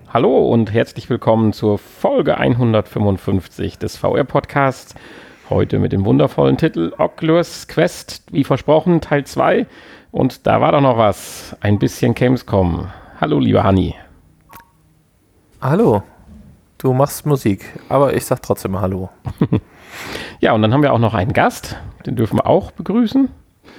Hallo und herzlich willkommen zur Folge 155 des VR-Podcasts. Heute mit dem wundervollen Titel Oculus Quest, wie versprochen, Teil 2. Und da war doch noch was, ein bisschen Gamescom. Hallo, lieber Hanni. Hallo, du machst Musik, aber ich sag trotzdem mal Hallo. Ja, und dann haben wir auch noch einen Gast, den dürfen wir auch begrüßen.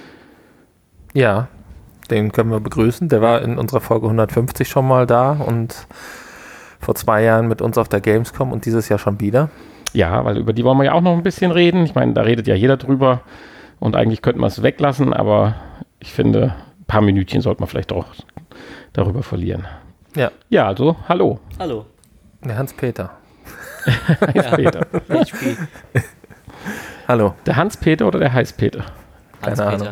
Ja, den können wir begrüßen. Der war in unserer Folge 150 schon mal da und vor 2 Jahren mit uns auf der Gamescom und dieses Jahr schon wieder. Ja, weil über die wollen wir ja auch noch ein bisschen reden. Ich meine, da redet ja jeder drüber und eigentlich könnten wir es weglassen, aber ich finde, ein paar Minütchen sollte man vielleicht auch darüber verlieren. Ja, also, hallo. Hallo. Der Hans-Peter. Hans-Peter. HP. Hallo. Der Hans-Peter oder der Heiß-Peter? Keine Ahnung.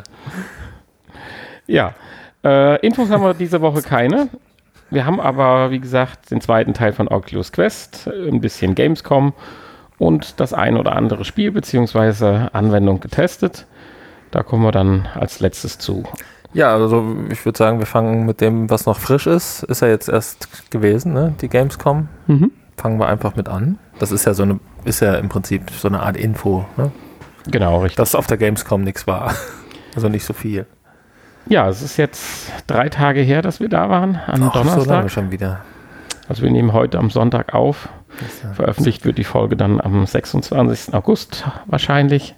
Ja, Infos haben wir diese Woche keine. Wir haben aber, wie gesagt, den zweiten Teil von Oculus Quest, ein bisschen Gamescom und das ein oder andere Spiel bzw. Anwendung getestet. Da kommen wir dann als letztes zu. Ja, also ich würde sagen, wir fangen mit dem, was noch frisch ist. Ist ja jetzt erst gewesen, ne? Die Gamescom. Fangen wir einfach mit an. Das ist ja im Prinzip so eine Art Info, ne? Genau, richtig. Dass auf der Gamescom nichts war. Also nicht so viel. Ja, es ist jetzt 3 Tage her, dass wir da waren, am Donnerstag. So lange schon wieder. Also wir nehmen heute am Sonntag auf. Veröffentlicht wird die Folge dann am 26. August wahrscheinlich.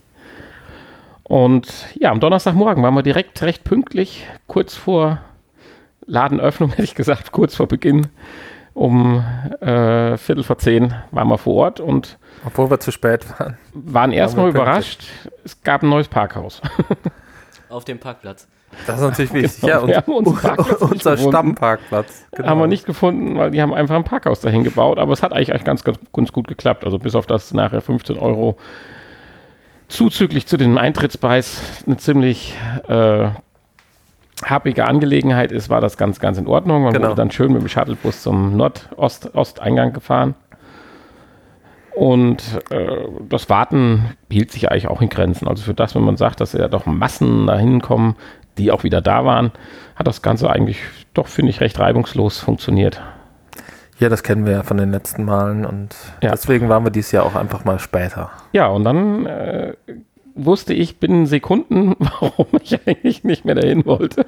Und ja, am Donnerstagmorgen waren wir direkt recht pünktlich, kurz vor Ladenöffnung, hätte ich gesagt, kurz vor Beginn. Um 9:15 waren wir vor Ort und obwohl wir zu spät waren erstmal überrascht. Es gab ein neues Parkhaus. Auf dem Parkplatz. Das ist natürlich wichtig. Genau. Ja, Unser Stammparkplatz. Genau. Haben wir nicht gefunden, weil die haben einfach ein Parkhaus dahin gebaut. Aber es hat eigentlich ganz gut geklappt. Also bis auf das nachher 15 € zuzüglich zu dem Eintrittspreis eine ziemlich happige Angelegenheit ist, war das ganz in Ordnung. Man wurde dann schön mit dem Shuttlebus zum Nordosteingang gefahren. Und das Warten hielt sich eigentlich auch in Grenzen. Also für das, wenn man sagt, dass ja doch Massen dahin kommen, die auch wieder da waren, hat das Ganze eigentlich doch, finde ich, recht reibungslos funktioniert. Ja, das kennen wir ja von den letzten Malen und deswegen waren wir dieses Jahr auch einfach mal später. Ja, und dann wusste ich binnen Sekunden, warum ich eigentlich nicht mehr dahin wollte.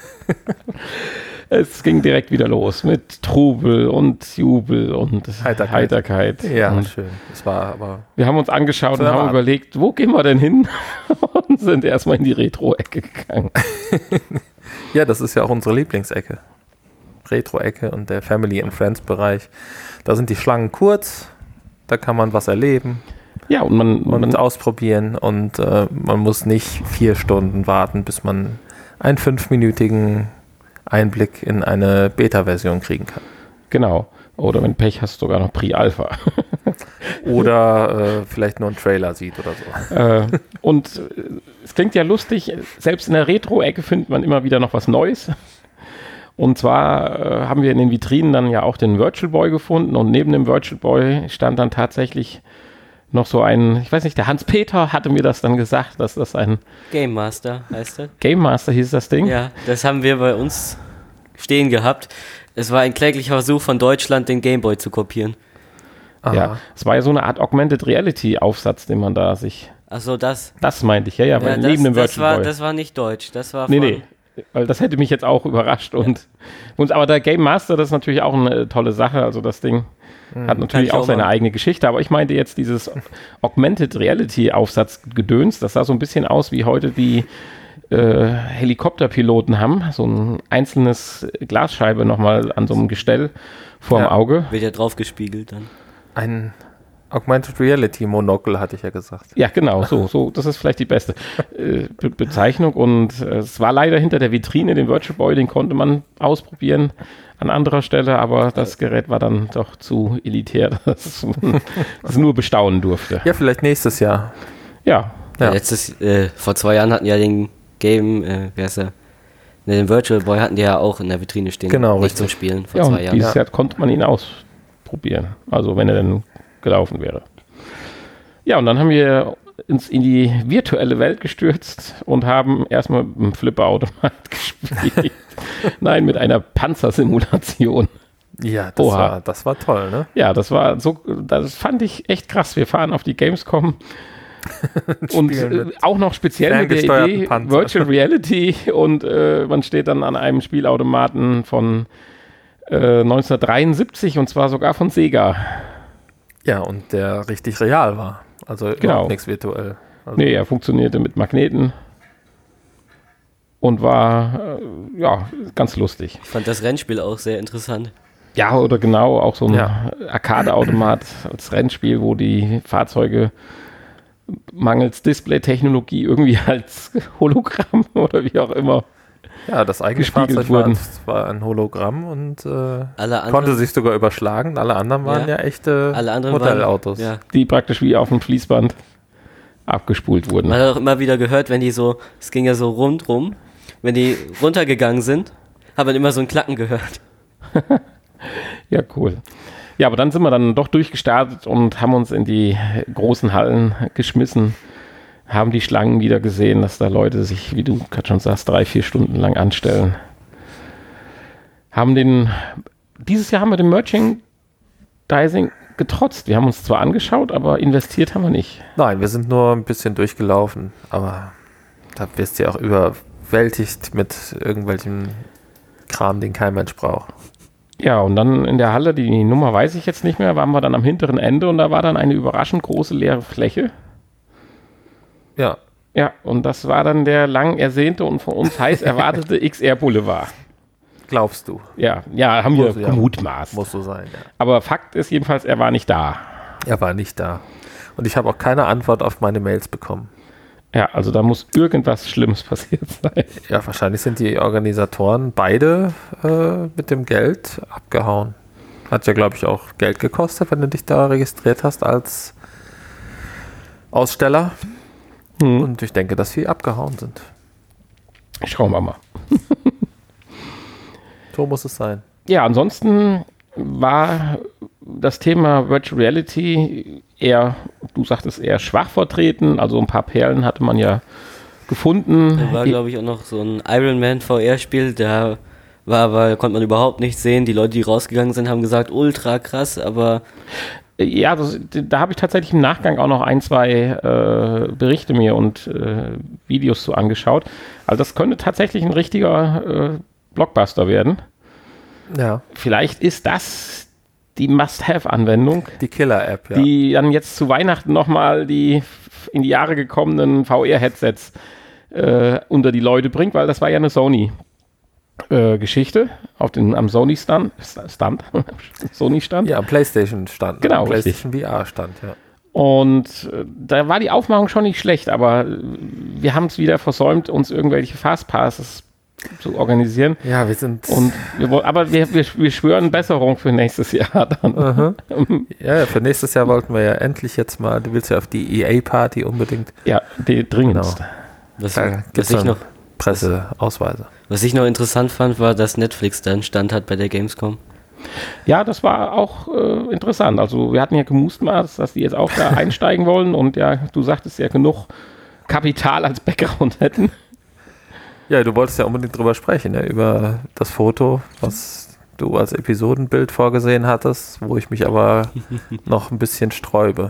Es ging direkt wieder los mit Trubel und Jubel und Heiterkeit. Ja, und schön. Es war aber. Wir haben uns angeschaut und haben überlegt, wo gehen wir denn hin? Und sind erstmal in die Retro-Ecke gegangen. Ja, das ist ja auch unsere Lieblingsecke. Retro-Ecke und der Family and Friends Bereich. Da sind die Schlangen kurz, da kann man was erleben. Ja, und man ausprobieren und man muss nicht 4 Stunden warten, bis man einen 5-minütigen Einblick in eine Beta-Version kriegen kann. Genau. Oder wenn Pech hast, sogar noch Pre-Alpha. Oder vielleicht nur einen Trailer sieht oder so. Und es klingt ja lustig, selbst in der Retro-Ecke findet man immer wieder noch was Neues. Und zwar haben wir in den Vitrinen dann ja auch den Virtual Boy gefunden und neben dem Virtual Boy stand dann tatsächlich noch so ein, ich weiß nicht, der Hans-Peter hatte mir das dann gesagt, dass das ein Game Master heißt das. Game Master hieß das Ding. Ja, das haben wir bei uns stehen gehabt. Es war ein kläglicher Versuch von Deutschland, den Game Boy zu kopieren. Aha. Ja, es war ja so eine Art Augmented Reality Aufsatz, den man da sich... Ach so, das. Das meinte ich, ja, weil neben dem Virtual Boy. Das war nicht deutsch, das war Nee, weil das hätte mich jetzt auch überrascht. Aber der Game Master, das ist natürlich auch eine tolle Sache, also das Ding hat natürlich auch seine eigene Geschichte, aber ich meinte jetzt dieses Augmented Reality Aufsatzgedöns, das sah so ein bisschen aus, wie heute die Helikopterpiloten haben, so ein einzelnes Glasscheibe nochmal an so einem Gestell vorm Auge. Wird ja drauf gespiegelt dann. Ein Augmented Reality Monokel, hatte ich ja gesagt. Ja, genau, so das ist vielleicht die beste Bezeichnung und es war leider hinter der Vitrine, den Virtual Boy, den konnte man ausprobieren an anderer Stelle, aber das Gerät war dann doch zu elitär, dass man es nur bestaunen durfte. Ja, vielleicht nächstes Jahr. Ja. Vor 2 Jahren hatten ja den den Virtual Boy hatten die ja auch in der Vitrine stehen. Genau, nicht zum Spielen vor 2 Jahren. Dieses Jahr konnte man ihn ausprobieren, also wenn er denn gelaufen wäre. Ja, und dann haben wir uns in die virtuelle Welt gestürzt und haben erstmal mit einem Flipperautomat gespielt. Nein, mit einer Panzersimulation. Ja, das war toll, ne? Ja, das fand ich echt krass. Wir fahren auf die Gamescom und auch noch speziell mit der Idee Virtual Reality und man steht dann an einem Spielautomaten von 1973 und zwar sogar von Sega. Ja, und der richtig real war. Also überhaupt nichts virtuell. Also nee, er funktionierte mit Magneten und war ganz lustig. Ich fand das Rennspiel auch sehr interessant. Ja, oder genau, auch so ein Arcade-Automat als Rennspiel, wo die Fahrzeuge mangels Display-Technologie irgendwie als Hologramm oder wie auch immer das eigene Fahrzeug war ein Hologramm und konnte sich sogar überschlagen. Alle anderen waren echte Modellautos. Die praktisch wie auf dem Fließband abgespult wurden. Man hat auch immer wieder gehört, wenn die so, es ging ja so rundrum, wenn die runtergegangen sind, hat man immer so ein Klacken gehört. Ja, cool. Ja, aber dann sind wir dann doch durchgestartet und haben uns in die großen Hallen geschmissen, haben die Schlangen wieder gesehen, dass da Leute sich, wie du gerade schon sagst, 3-4 Stunden lang anstellen. Dieses Jahr haben wir dem Merchandising getrotzt. Wir haben uns zwar angeschaut, aber investiert haben wir nicht. Nein, wir sind nur ein bisschen durchgelaufen, aber da wirst du ja auch überwältigt mit irgendwelchem Kram, den kein Mensch braucht. Ja, und dann in der Halle, die Nummer weiß ich jetzt nicht mehr, waren wir dann am hinteren Ende und da war dann eine überraschend große leere Fläche. Ja. Ja, und das war dann der lang ersehnte und von uns heiß erwartete XR Boulevard. Glaubst du? Ja, haben wir gemutmaßt. Muss so sein, ja. Aber Fakt ist jedenfalls, er war nicht da. Er war nicht da. Und ich habe auch keine Antwort auf meine Mails bekommen. Ja, also da muss irgendwas Schlimmes passiert sein. Ja, wahrscheinlich sind die Organisatoren beide mit dem Geld abgehauen. Hat ja, glaube ich, auch Geld gekostet, wenn du dich da registriert hast als Aussteller. Und ich denke, dass sie abgehauen sind. Schauen wir mal. So muss es sein. Ja, ansonsten war das Thema Virtual Reality eher, du sagtest, eher schwach vertreten. Also ein paar Perlen hatte man ja gefunden. Da war, glaube ich, auch noch so ein Iron Man VR-Spiel, da konnte man überhaupt nicht sehen. Die Leute, die rausgegangen sind, haben gesagt, ultra krass, aber... Ja, da habe ich tatsächlich im Nachgang auch noch 1-2 Berichte mir und Videos so angeschaut. Also das könnte tatsächlich ein richtiger Blockbuster werden. Ja. Vielleicht ist das die Must-Have-Anwendung. Die Killer-App, ja. Die dann jetzt zu Weihnachten nochmal die in die Jahre gekommenen VR-Headsets unter die Leute bringt, weil das war ja eine Sony-Geschichte am Sony-Stand. Sony-Stand? Ja, am PlayStation-Stand. Genau, am PlayStation VR-Stand, ja. Und da war die Aufmachung schon nicht schlecht, aber wir haben es wieder versäumt, uns irgendwelche Fastpasses zu organisieren. Ja, wir sind... Aber wir schwören Besserung für nächstes Jahr dann. Ja, für nächstes Jahr wollten wir ja endlich jetzt mal, du willst ja auf die EA-Party unbedingt. Ja, die dringendst. Genau. Was ich noch Presseausweise. Was ich noch interessant fand, war, dass Netflix da einen Stand hat bei der Gamescom. Ja, das war auch interessant. Also wir hatten ja gemutmaßt, dass die jetzt auch da einsteigen wollen und ja, du sagtest ja genug Kapital als Background hätten. Ja, du wolltest ja unbedingt drüber sprechen, ne? Über das Foto, was du als Episodenbild vorgesehen hattest, wo ich mich aber noch ein bisschen sträube.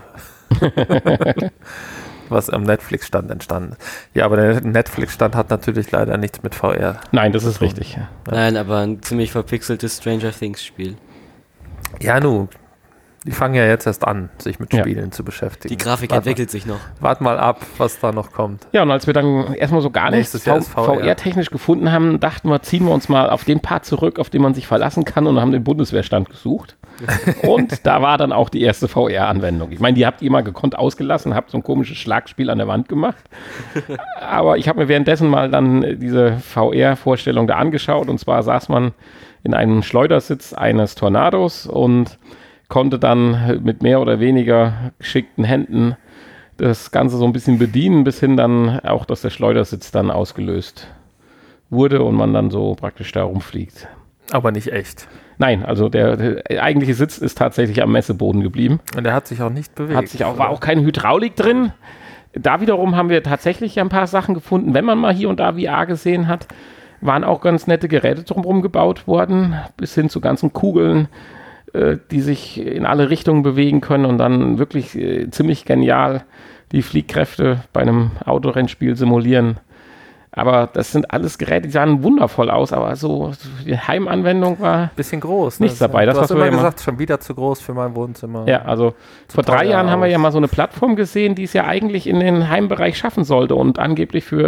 Was am Netflix-Stand entstanden ist. Ja, aber der Netflix-Stand hat natürlich leider nichts mit VR. Nein, das ist richtig. Ja. Nein, aber ein ziemlich verpixeltes Stranger Things-Spiel. Ja, die fangen ja jetzt erst an, sich mit Spielen zu beschäftigen. Die Grafik entwickelt sich noch. Wart mal ab, was da noch kommt. Ja, und als wir dann erstmal so gar nichts VR-technisch gefunden haben, dachten wir, ziehen wir uns mal auf den Part zurück, auf den man sich verlassen kann und haben den Bundeswehrstand gesucht. Und da war dann auch die erste VR-Anwendung. Ich meine, die habt ihr mal gekonnt ausgelassen, habt so ein komisches Schlagspiel an der Wand gemacht. Aber ich habe mir währenddessen mal dann diese VR-Vorstellung da angeschaut. Und zwar saß man in einem Schleudersitz eines Tornados und konnte dann mit mehr oder weniger geschickten Händen das Ganze so ein bisschen bedienen, bis hin dann auch, dass der Schleudersitz dann ausgelöst wurde und man dann so praktisch da rumfliegt. Aber nicht echt. Nein, also der eigentliche Sitz ist tatsächlich am Messeboden geblieben. Und der hat sich auch nicht bewegt. War auch keine Hydraulik drin. Da wiederum haben wir tatsächlich ein paar Sachen gefunden, wenn man mal hier und da VR gesehen hat. waren auch ganz nette Geräte drumherum gebaut worden, bis hin zu ganzen Kugeln, die sich in alle Richtungen bewegen können und dann wirklich ziemlich genial die Fliehkräfte bei einem Autorennspiel simulieren. Aber das sind alles Geräte, die sahen wundervoll aus, aber so die Heimanwendung war bisschen groß. Nichts dabei. Das, du hast immer gesagt, schon wieder zu groß für mein Wohnzimmer. Ja, also vor 3 Jahren haben wir ja mal so eine Plattform gesehen, die es ja eigentlich in den Heimbereich schaffen sollte und angeblich für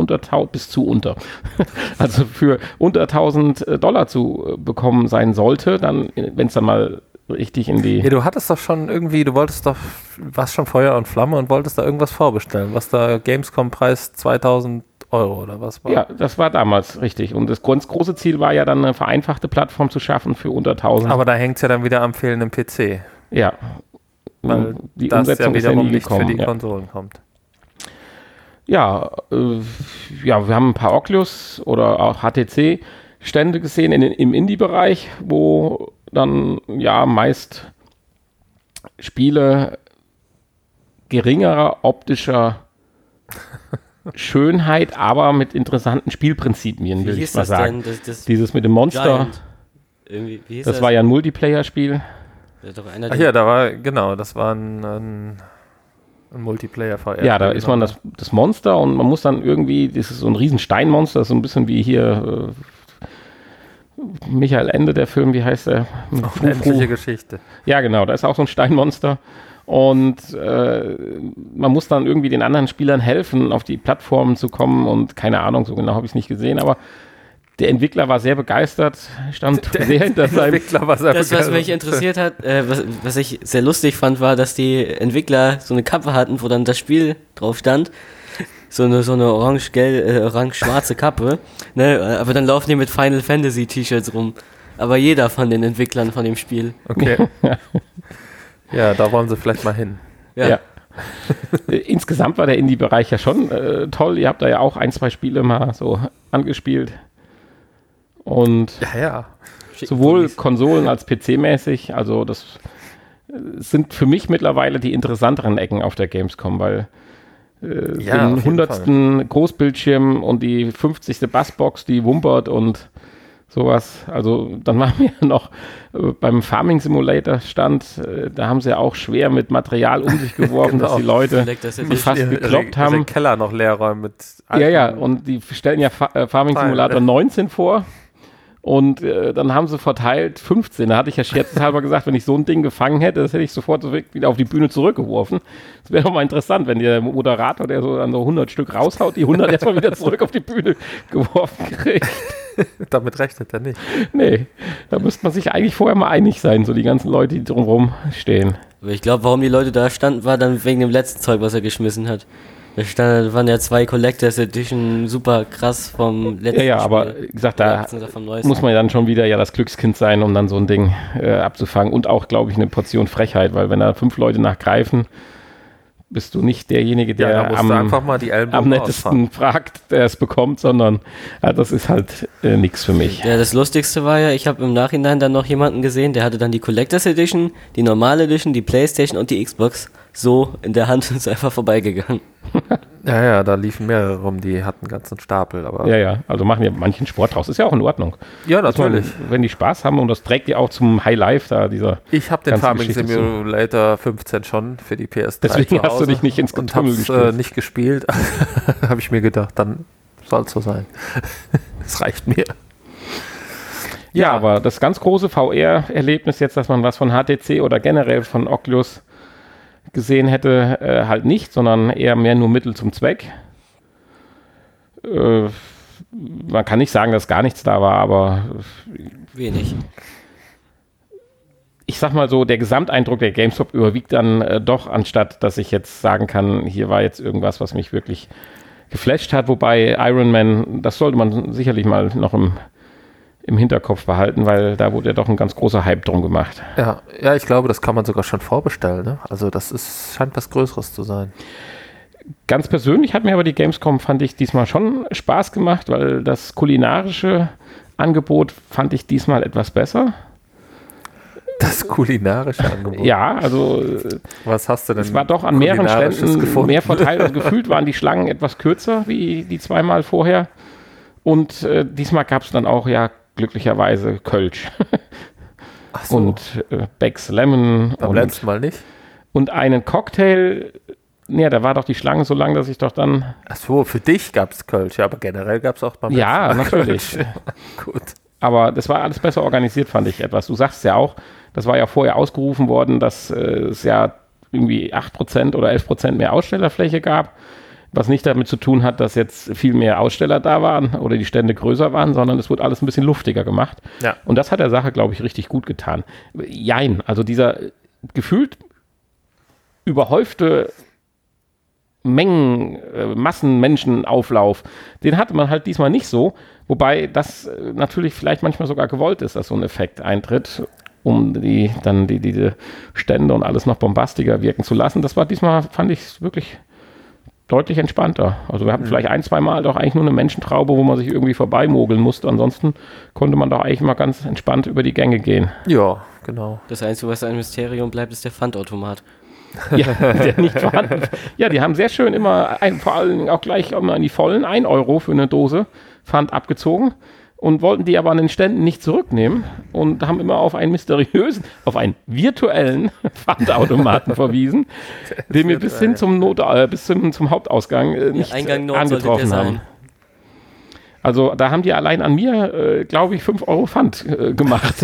also für unter $1.000 zu bekommen sein sollte, dann, wenn es dann mal richtig in die... Ja, du hattest doch schon irgendwie, warst schon Feuer und Flamme und wolltest da irgendwas vorbestellen, was da Gamescom-Preis 2.000 Euro oder was war? Ja, das war damals richtig. Und das ganz große Ziel war ja dann, eine vereinfachte Plattform zu schaffen für unter 1.000. Aber da hängt es ja dann wieder am fehlenden PC. Ja. Weil die das Umsetzung ja wiederum nicht für die Konsolen kommt. Ja, wir haben ein paar Oculus oder auch HTC-Stände gesehen im Indie-Bereich, wo dann ja meist Spiele geringerer optischer Schönheit, aber mit interessanten Spielprinzipien, will ich mal sagen. Dieses mit dem Monster, das war ja ein Multiplayer-Spiel. Das war ein Multiplayer-VR. Ja, da ist man das Monster und man muss dann irgendwie, das ist so ein riesen Steinmonster, so ein bisschen wie hier Michael Ende, der Film, wie heißt der? Unendliche Geschichte. Ja, genau, da ist auch so ein Steinmonster. Und man muss dann irgendwie den anderen Spielern helfen, auf die Plattformen zu kommen und keine Ahnung, so genau habe ich es nicht gesehen, aber der Entwickler war sehr begeistert, stand sehr hinter seinem... Was mich interessiert hat, was ich sehr lustig fand, war, dass die Entwickler so eine Kappe hatten, wo dann das Spiel drauf stand. So eine orange-schwarze Kappe, ne? Aber dann laufen die mit Final Fantasy T-Shirts rum. Aber jeder von den Entwicklern von dem Spiel. Okay. Ja, da wollen sie vielleicht mal hin. Ja. Insgesamt war der Indie-Bereich ja schon toll. Ihr habt da ja auch 1, 2 Spiele mal so angespielt. Und sowohl Konsolen als PC-mäßig. Also das sind für mich mittlerweile die interessanteren Ecken auf der Gamescom, weil den 100. Großbildschirm und die 50. Bassbox, die wumpert und sowas. Also dann waren wir noch beim Farming Simulator Stand, da haben sie ja auch schwer mit Material um sich geworfen, dass die Leute fast gekloppt haben. Den Keller noch leer räumen mit und die stellen ja Farming Simulator 19 vor. Und dann haben sie verteilt 15. Da hatte ich ja scherzhalber gesagt, wenn ich so ein Ding gefangen hätte, das hätte ich sofort wieder auf die Bühne zurückgeworfen. Das wäre doch mal interessant, wenn der Moderator, der so dann so 100 Stück raushaut, die 100 erstmal wieder zurück auf die Bühne geworfen kriegt. Damit rechnet er nicht. Nee, da müsste man sich eigentlich vorher mal einig sein, so die ganzen Leute, die drumherum stehen. Aber ich glaube, warum die Leute da standen, war dann wegen dem letzten Zeug, was er geschmissen hat. Da waren ja 2 Collectors Edition super krass vom letzten Ja, aber wie gesagt, da muss man ja dann schon wieder das Glückskind sein, um dann so ein Ding abzufangen. Und auch, glaube ich, eine Portion Frechheit, weil wenn da 5 Leute nachgreifen, bist du nicht derjenige, der am nettesten fragt, der es bekommt, sondern das ist halt nichts für mich. Ja, das Lustigste war ja, ich habe im Nachhinein dann noch jemanden gesehen, der hatte dann die Collectors Edition, die normale Edition, die Playstation und die Xbox so in der Hand und ist einfach vorbeigegangen. Ja, da liefen mehrere rum, die hatten einen ganzen Stapel. Aber also machen ja manchen Sport draus, ist ja auch in Ordnung. Ja, natürlich. Wenn die Spaß haben und das trägt ja auch zum High Life da, Ich habe den Farming Simulator 15 schon für die PS3 Deswegen hast du dich nicht ins Getümmel gespielt. Nicht gespielt. Habe ich mir gedacht, dann soll es so sein. Es reicht mir. Ja, aber das ganz große VR-Erlebnis jetzt, dass man was von HTC oder generell von Oculus gesehen hätte, halt nicht, sondern eher mehr nur Mittel zum Zweck. Man kann nicht sagen, dass gar nichts da war, aber wenig. Ich sag mal so, der Gesamteindruck der Gamescom überwiegt dann doch, anstatt dass ich jetzt sagen kann, hier war jetzt irgendwas, was mich wirklich geflasht hat, wobei Iron Man, das sollte man sicherlich mal noch im Hinterkopf behalten, weil da wurde ja doch ein ganz großer Hype drum gemacht. Ja, ich glaube, das kann man sogar schon vorbestellen. Ne? Also das scheint was Größeres zu sein. Ganz persönlich hat mir aber die Gamescom, fand ich, diesmal schon Spaß gemacht, weil das kulinarische Angebot fand ich diesmal etwas besser. Das kulinarische Angebot? Ja, also was hast du denn? Es war doch an mehreren Ständen mehr verteilt. Also gefühlt waren die Schlangen etwas kürzer wie die 2 Mal vorher. Und diesmal gab es dann auch ja glücklicherweise Kölsch. Ach so. Und Beck's Lemon. Beim letzten Mal nicht? Und einen Cocktail. Ja, da war doch die Schlange so lang, dass ich doch dann... Ach so, für dich gab es Kölsch, aber generell gab es auch beim letzten Mal Ja, natürlich. Gut. Aber das war alles besser organisiert, fand ich etwas. Du sagst ja auch, das war ja vorher ausgerufen worden, dass es ja irgendwie 8% oder 11% mehr Ausstellerfläche gab, was nicht damit zu tun hat, dass jetzt viel mehr Aussteller da waren oder die Stände größer waren, sondern es wurde alles ein bisschen luftiger gemacht. Ja. Und das hat der Sache, glaube ich, richtig gut getan. Jein, also dieser gefühlt überhäufte Massenmenschenauflauf, den hatte man halt diesmal nicht so, wobei das natürlich vielleicht manchmal sogar gewollt ist, dass so ein Effekt eintritt, um diese Stände und alles noch bombastiger wirken zu lassen. Das war diesmal, fand ich, wirklich deutlich entspannter. Also wir hatten vielleicht 1-2 Mal doch eigentlich nur eine Menschentraube, wo man sich irgendwie vorbeimogeln musste. Ansonsten konnte man doch eigentlich mal ganz entspannt über die Gänge gehen. Ja, genau. Das Einzige, was ein Mysterium bleibt, ist der Pfandautomat. Ja, der nicht vorhanden. Ja, die haben sehr schön immer, vor allem auch gleich immer in die vollen 1 Euro für eine Dose Pfand abgezogen und wollten die aber an den Ständen nicht zurücknehmen und haben immer auf einen virtuellen Pfandautomaten verwiesen, den wir bis hin zum Hauptausgang nicht angetroffen haben. Also da haben die allein an mir, glaube ich, 5 Euro Pfand gemacht.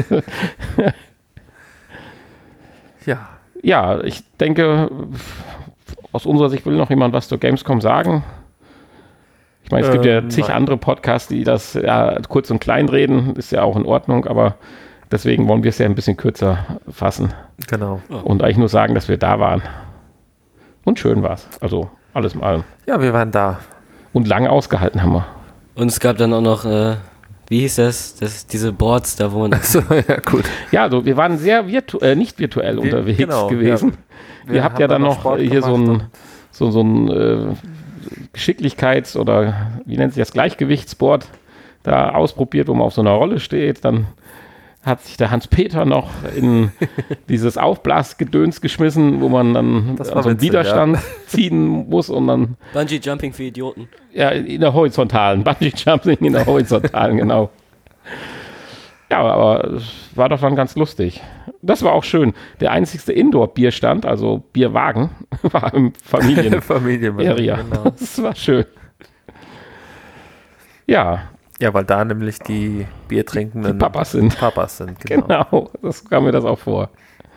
Ja. Ja, ich denke, aus unserer Sicht will noch jemand was zur Gamescom sagen. Ich meine, es gibt ja zig andere Podcasts, die das ja kurz und klein reden, ist ja auch in Ordnung, aber deswegen wollen wir es ja ein bisschen kürzer fassen. Genau. Und eigentlich nur sagen, dass wir da waren. Und schön war es. Also alles in allem. Ja, wir waren da. Und lange ausgehalten haben wir. Und es gab dann auch noch, wie hieß das diese Boards da, wo man... Achso, ja, gut. Ja, also wir waren sehr nicht virtuell unterwegs gewesen. Ja. Ihr habt ja dann noch hier so ein Geschicklichkeits- oder wie nennt sich das, Gleichgewichtsboard da ausprobiert, wo man auf so einer Rolle steht. Dann hat sich der Hans-Peter noch in dieses Aufblasgedöns geschmissen, wo man dann so einen Widerstand ziehen muss und dann... Bungee-Jumping für Idioten. Ja, in der horizontalen. Bungee-Jumping in der horizontalen, genau. Ja, aber es war doch dann ganz lustig. Das war auch schön. Der einzigste Indoor-Bierstand, also Bierwagen, war im Familien-Area. Genau. Das war schön. Ja. Ja, weil da nämlich die biertrinkenden Papas sind. Genau, das kam mir das auch vor.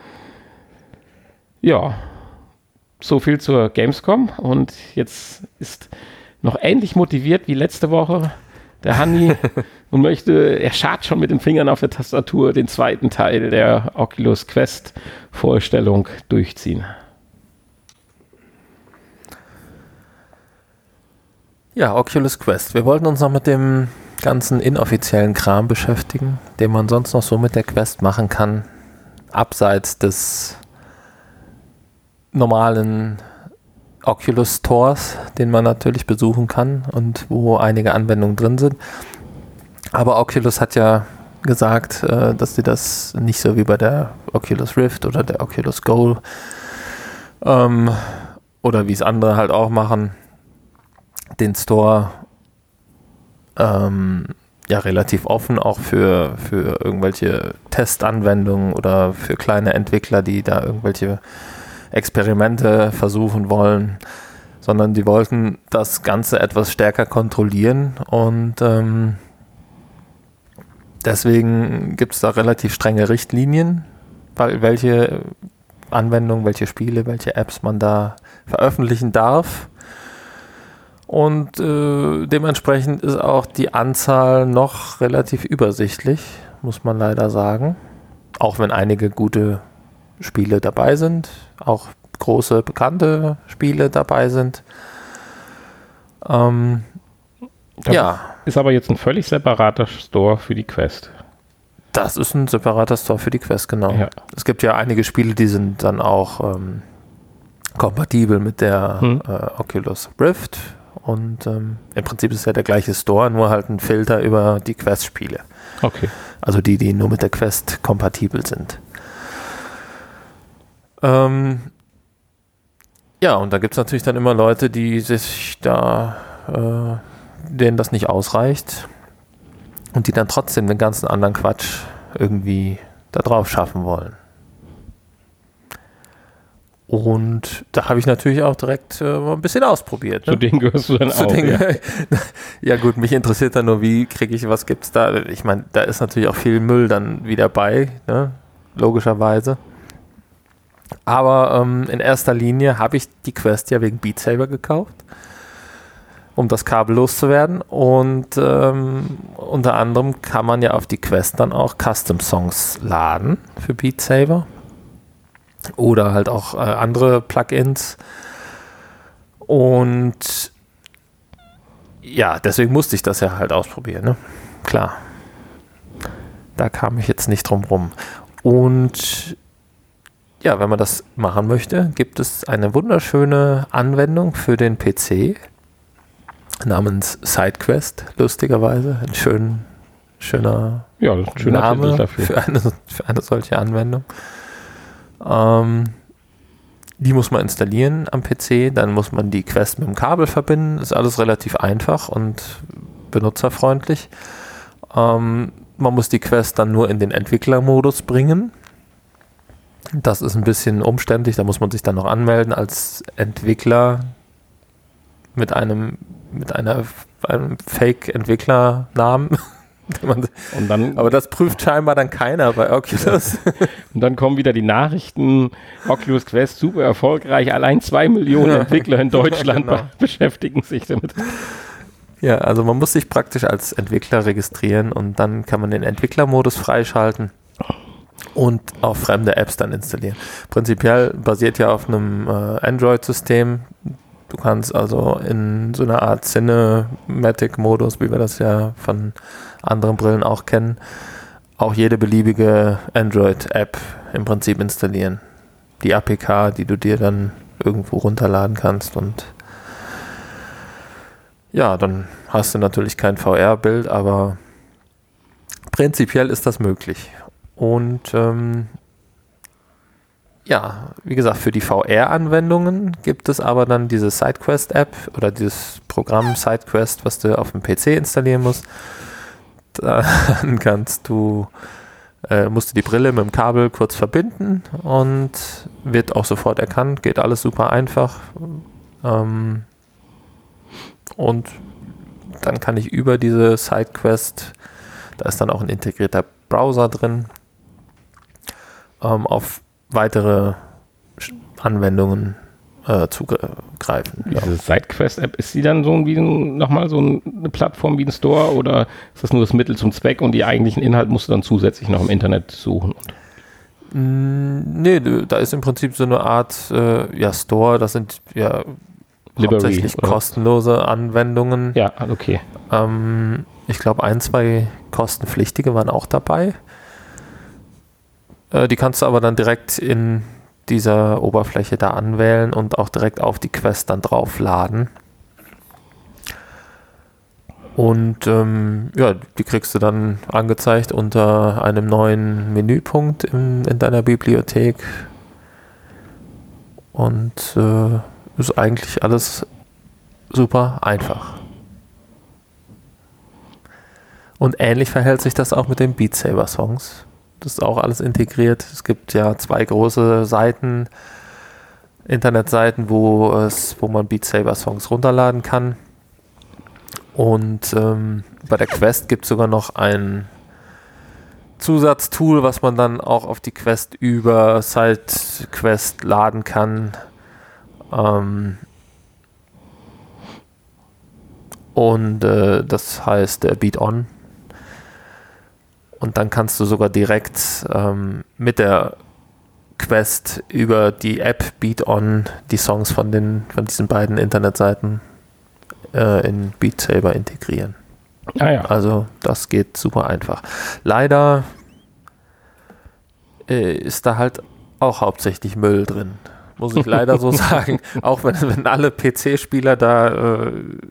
Ja, so viel zur Gamescom. Und jetzt ist noch ähnlich motiviert wie letzte Woche der Hanni und er schart schon mit den Fingern auf der Tastatur den zweiten Teil der Oculus Quest Vorstellung durchziehen. Ja, Oculus Quest. Wir wollten uns noch mit dem ganzen inoffiziellen Kram beschäftigen, den man sonst noch so mit der Quest machen kann, abseits des normalen Oculus Stores, den man natürlich besuchen kann und wo einige Anwendungen drin sind. Aber Oculus hat ja gesagt, dass sie das nicht so wie bei der Oculus Rift oder der Oculus Go oder wie es andere halt auch machen, den Store relativ offen auch für irgendwelche Testanwendungen oder für kleine Entwickler, die da irgendwelche Experimente versuchen wollen, sondern die wollten das Ganze etwas stärker kontrollieren und deswegen gibt es da relativ strenge Richtlinien, weil welche Anwendungen, welche Spiele, welche Apps man da veröffentlichen darf. Und dementsprechend ist auch die Anzahl noch relativ übersichtlich, muss man leider sagen. Auch wenn einige gute Spiele dabei sind, auch große, bekannte Spiele dabei sind. Ist aber jetzt ein völlig separater Store für die Quest. Das ist ein separater Store für die Quest, genau. Ja. Es gibt ja einige Spiele, die sind dann auch kompatibel mit der Oculus Rift. Und im Prinzip ist ja der gleiche Store, nur halt ein Filter über die Quest-Spiele. Okay. Also die nur mit der Quest kompatibel sind. Ja, und da gibt es natürlich dann immer Leute, die sich da, denen das nicht ausreicht. und die dann trotzdem den ganzen anderen Quatsch irgendwie da drauf schaffen wollen. Und da habe ich natürlich auch direkt mal ein bisschen ausprobiert. Zu denen gehörst du dann auch. Ja gut, mich interessiert dann nur, wie kriege ich, was gibt's da? Ich meine, da ist natürlich auch viel Müll dann wieder bei, ne? Logischerweise. Aber in erster Linie habe ich die Quest ja wegen Beat Saber gekauft, um das Kabel loszuwerden. Und unter anderem kann man ja auf die Quest dann auch Custom Songs laden für Beat Saber. Oder halt auch andere Plugins. Und ja, deswegen musste ich das ja halt ausprobieren. Ne? Klar. Da kam ich jetzt nicht drum rum. Und ja, wenn man das machen möchte, gibt es eine wunderschöne Anwendung für den PC namens SideQuest, lustigerweise. Ein schöner Name dafür. Für eine solche Anwendung. Die muss man installieren am PC, dann muss man die Quest mit dem Kabel verbinden, ist alles relativ einfach und benutzerfreundlich. Man muss die Quest dann nur in den Entwicklermodus bringen. Das ist ein bisschen umständlich, da muss man sich dann noch anmelden als Entwickler mit einem Fake-Entwicklernamen. Aber das prüft scheinbar dann keiner bei Oculus. Und dann kommen wieder die Nachrichten, Oculus Quest super erfolgreich, allein 2 Millionen Entwickler in Deutschland beschäftigen sich damit. Ja, also man muss sich praktisch als Entwickler registrieren und dann kann man den Entwicklermodus freischalten und auch fremde Apps dann installieren. Prinzipiell basiert ja auf einem Android-System. Du kannst also in so einer Art Cinematic-Modus, wie wir das ja von anderen Brillen auch kennen, auch jede beliebige Android-App im Prinzip installieren. Die APK, die du dir dann irgendwo runterladen kannst und ja, dann hast du natürlich kein VR-Bild, aber prinzipiell ist das möglich. Und ja, wie gesagt, für die VR-Anwendungen gibt es aber dann diese SideQuest-App oder dieses Programm SideQuest, was du auf dem PC installieren musst. Dann musst du die Brille mit dem Kabel kurz verbinden und wird auch sofort erkannt, geht alles super einfach. Und dann kann ich über diese SideQuest, da ist dann auch ein integrierter Browser drin, auf weitere Anwendungen zugreifen. Diese SideQuest-App, ist sie dann nochmal so eine Plattform wie ein Store oder ist das nur das Mittel zum Zweck und die eigentlichen Inhalt musst du dann zusätzlich noch im Internet suchen? Nee, da ist im Prinzip so eine Art Store, das sind ja hauptsächlich kostenlose Anwendungen. Ja, okay. Ich glaube, 2 kostenpflichtige waren auch dabei. Die kannst du aber dann direkt in dieser Oberfläche da anwählen und auch direkt auf die Quest dann draufladen. Und die kriegst du dann angezeigt unter einem neuen Menüpunkt in deiner Bibliothek. Und ist eigentlich alles super einfach. Und ähnlich verhält sich das auch mit den Beat Saber Songs. Das ist auch alles integriert. Es gibt ja 2 große Seiten, Internetseiten, wo man Beat Saber Songs runterladen kann. Und bei der Quest gibt es sogar noch ein Zusatztool, was man dann auch auf die Quest über SideQuest laden kann. Das heißt Beat On. Und dann kannst du sogar direkt mit der Quest über die App Beat On die Songs von diesen beiden Internetseiten in Beat Saber integrieren. Ah ja. Also das geht super einfach. Leider ist da halt auch hauptsächlich Müll drin. Muss ich leider so sagen. Auch wenn alle PC-Spieler da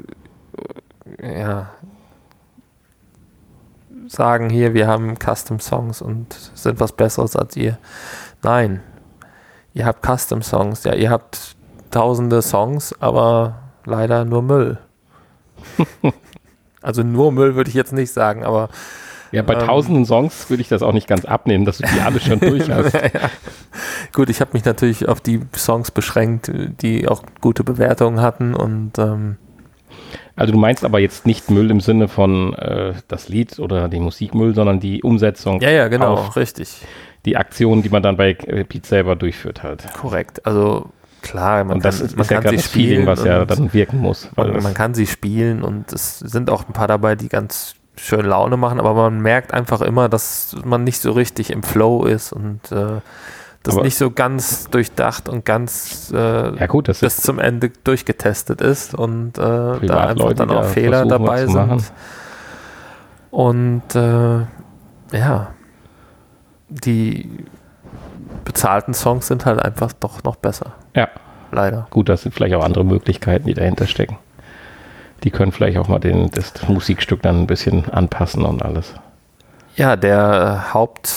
sagen, hier, wir haben Custom Songs und sind was Besseres als ihr. Nein, ihr habt Custom Songs. Ja, ihr habt tausende Songs, aber leider nur Müll. Also nur Müll würde ich jetzt nicht sagen, aber Ja, bei tausenden Songs würde ich das auch nicht ganz abnehmen, dass du die alle schon durch hast. ja. Gut, ich habe mich natürlich auf die Songs beschränkt, die auch gute Bewertungen hatten und Also du meinst aber jetzt nicht Müll im Sinne von das Lied oder den Musikmüll, sondern die Umsetzung. ja, genau, auf richtig. die Aktionen, die man dann bei Beat Saber durchführt halt. Korrekt. Also klar, man Und das kann, ist man ja kann gerade sie das Feeling, spielen, was ja und dann wirken muss. man kann sie spielen und es sind auch ein paar dabei, die ganz schön Laune machen, aber man merkt einfach immer, dass man nicht so richtig im Flow ist und das Aber- nicht so ganz durchdacht und ganz ja gut, das bis ist zum Ende durchgetestet ist und da einfach Privatleute, dann die auch da Fehler versuchen, dabei was zu machen. sind. Und ja, die bezahlten Songs sind halt einfach doch noch besser. Ja, Leider. gut, das sind vielleicht auch andere Möglichkeiten, die dahinter stecken. Die können vielleicht auch mal das Musikstück dann ein bisschen anpassen und alles. Ja, der